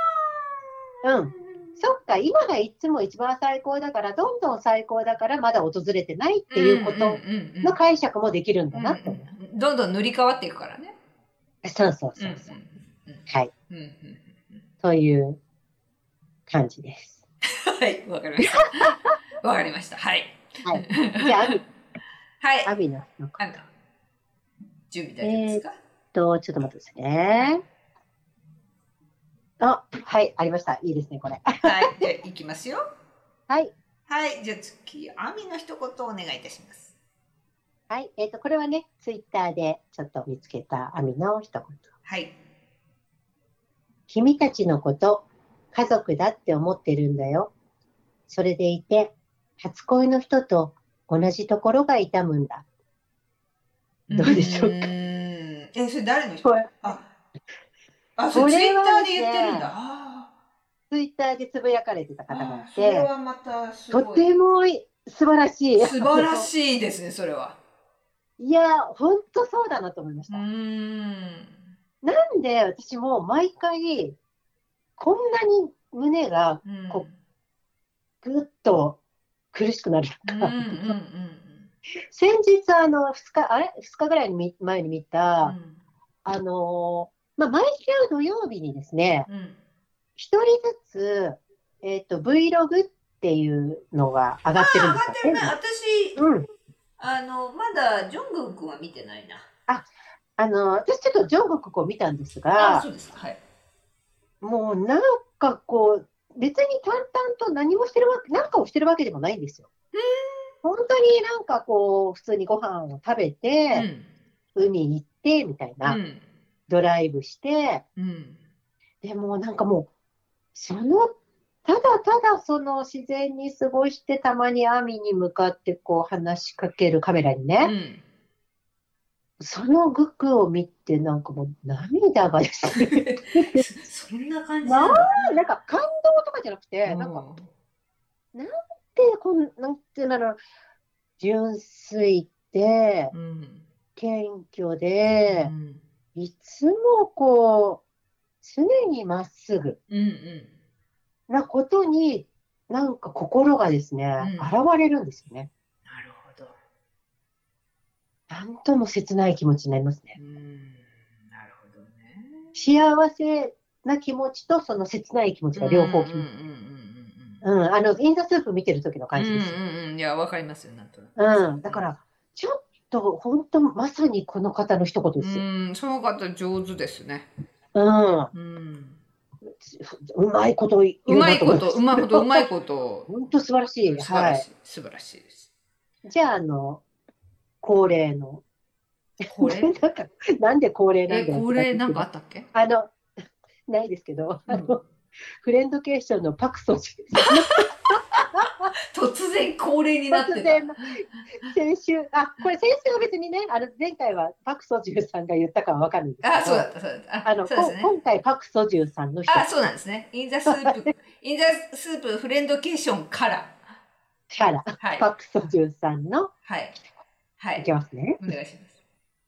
そっか、今がいつも一番最高だから、どんどん最高だからまだ訪れてないっていうことの解釈もできるんだなって思う。 どんどん塗り替わっていくからね。 そう。はい。という感じです。 はい、わかりました。わかりました。はい。 じゃあ、 はい。 アミの準備大丈夫ですか？ ちょっと待ってくださいね。はい、ありました。いいですね、これ。 はい、じゃあ、いきますよ。 はい。 はい、じゃあ次、アミの一言をお願いいたします。 はい、これはね、ツイッターでちょっと見つけたアミの一言。 はい。 君たちのこと、家族だって思ってるんだよ。それでいて、初恋の人と同じところが痛むんだ。どうでしょうか。 それ誰の人？それツイッターで言ってるんだ。 ツイッターでつぶやかれてた方がいて、 それはまたすごい。 とても素晴らしい。 素晴らしいですね、それは。 いや、ほんとそうだなと思いました。なんで私も毎回、こんなに胸がぐっと苦しくなるのか。先日、2日ぐらい前に見た、毎週土曜日にですね、一人ずつ、Vlog っていうのが上がってるんですよね。 私、まだジョングク君は見てないな。 私ちょっとジョングク君を見たんですが、 そうですか、はい。 もうなんか別に淡々と何かをしてるわけでもないんですよ。本当になんか普通にご飯を食べて、海に行って、みたいな、ドライブして、でもなんかもう、ただただその自然に過ごして、たまに網に向かって話しかけるカメラにね、 そのグクを見て、なんかもう涙がですね。 そんな感じなんか感動とかじゃなくて、なんていうの、純粋で、謙虚で、いつもこう、常にまっすぐなことに、なんか心がですね、現れるんですよね。 なるほど。 なんとも切ない気持ちになりますね。 なるほどね。 幸せな気持ちとその切ない気持ちが両方来ます。インザスープ見てる時の感じですよ。 いや、わかりますよ、なんとなく。だから、ちょっと、本当まさにこの方の一言ですよ。 その方上手ですね。 うまいこと言うなと思います。 うまいこと。 本当素晴らしい。はい。 素晴らしいです。 じゃあ、恒例の。なんで恒例なんだよ。 恒例なんかあったっけ？ ないですけど、フレンドケーションのパクソジュ突然恒例になってた。 先週は別にね、前回はパクソジュさんが言ったかは分かるんですけど。 そうだった。 今回パクソジュさんの人。 そうなんですね。インザスープフレンドケーションから。 パクソジュさんの。いきますね。 お願いします。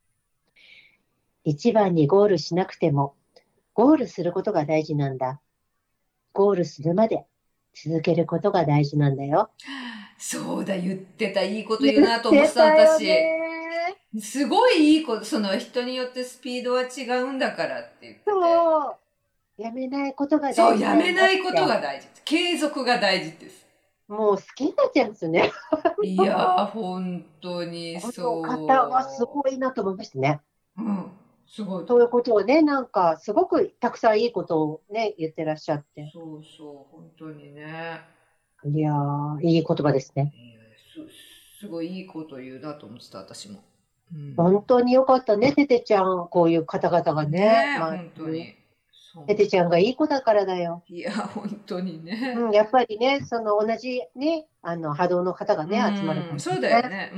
一番にゴールしなくても、ゴールすることが大事なんだ。ゴールするまで続けることが大事なんだよ。 そうだ、言ってた。いいこと言うなと思ってた、私。すごいいいこと、人によってスピードは違うんだからって言って。 そう。やめないことが大事。そう、 やめないことが大事。継続が大事です。 もう好きになっちゃうんですよね。 いやー、本当にそう。 この方はすごいなと思いましたね。 すごい。 そういうことをね、なんかすごくたくさんいいことをね、言ってらっしゃって。 そう、本当にね。 いやー、いい言葉ですね。 すごいいいこと言うなと思ってた、私も。 本当によかったね、テテちゃん。こういう方々がね。 本当に。 テテちゃんがいい子だからだよ。 いや、本当にね。 やっぱりね、同じね、波動の方がね、集まるからね。 そうだよね。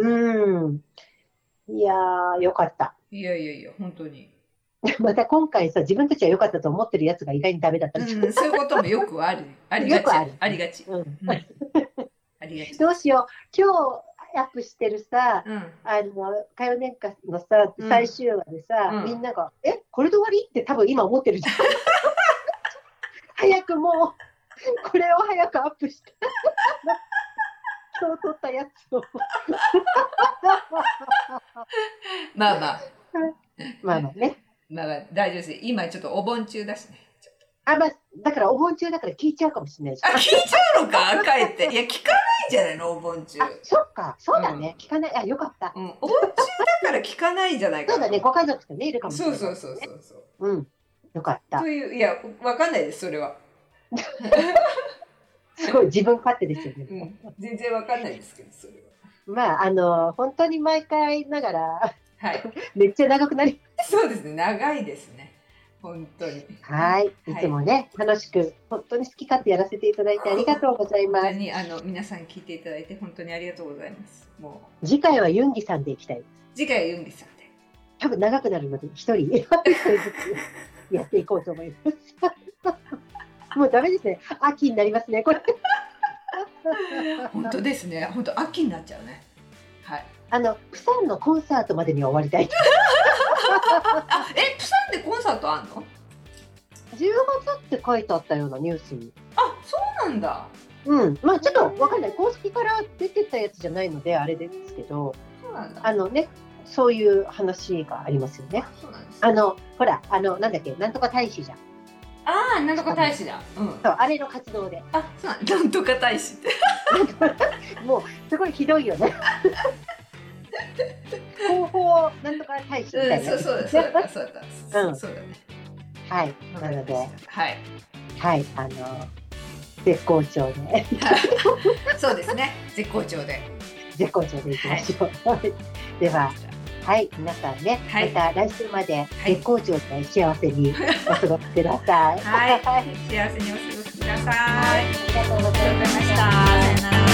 いやー、よかった。 いや、本当に。 また今回さ、自分たちは良かったと思ってるやつが意外にダメだったりする。 そういうこともよくある。ありがち。ありがち。どうしよう。今日アップしてるさ、火曜年間のさ、最終話でさ、みんなが、これで終わりって多分今思ってるじゃん。早くもう、これを早くアップして。今日撮ったやつを。 まあね。 大丈夫です。今ちょっとお盆中だしね。 だからお盆中だから聞いちゃうかもしれないし。 聞いちゃうのか帰って。いや、聞かないんじゃないのお盆中。 そっか。そうだね。聞かない。よかった。 お盆中だから聞かないんじゃないかな。 そうだね。ご家族とね、いるかもしれない。 そう。 よかった。 いや、わかんないです、それは。 すごい自分勝手ですよね。 全然わかんないですけど、それは。 本当に毎回ながら、めっちゃ長くなります。そうですね。長いですね。本当に。 はい。いつもね、楽しく、本当に好き勝手やらせていただいてありがとうございます。 本当に、皆さん聞いていただいて、本当にありがとうございます。 次回はユンギさんでいきたいです。 次回はユンギさんで。 多分長くなるので、一人ずつやっていこうと思います。もうダメですね。秋になりますね、これ。 本当ですね。本当秋になっちゃうね。はい。 プサンのコンサートまでには終わりたい。 プサンでコンサートあんの ？10月って書いてあったようなニュースに。 そうなんだ。 ちょっとわかんない。公式から出てたやつじゃないのであれですけど。 そうなんだ。 そういう話がありますよね。 そうなんです。 ほら、なんだっけ、なんとか大使じゃん。 なんとか大使だ。 そうあれの活動で。 そうなんとか大使って。 もうすごいひどいよね。広報なんとか大使みたいな。 そうだね。 はい。なので、はい、絶好調で。 そうですね。絶好調でいきましょう。では。はい、皆さんね、また来週まで絶好調で幸せにお過ごしください。 幸せにお過ごしください。 ありがとうございました。 さよなら。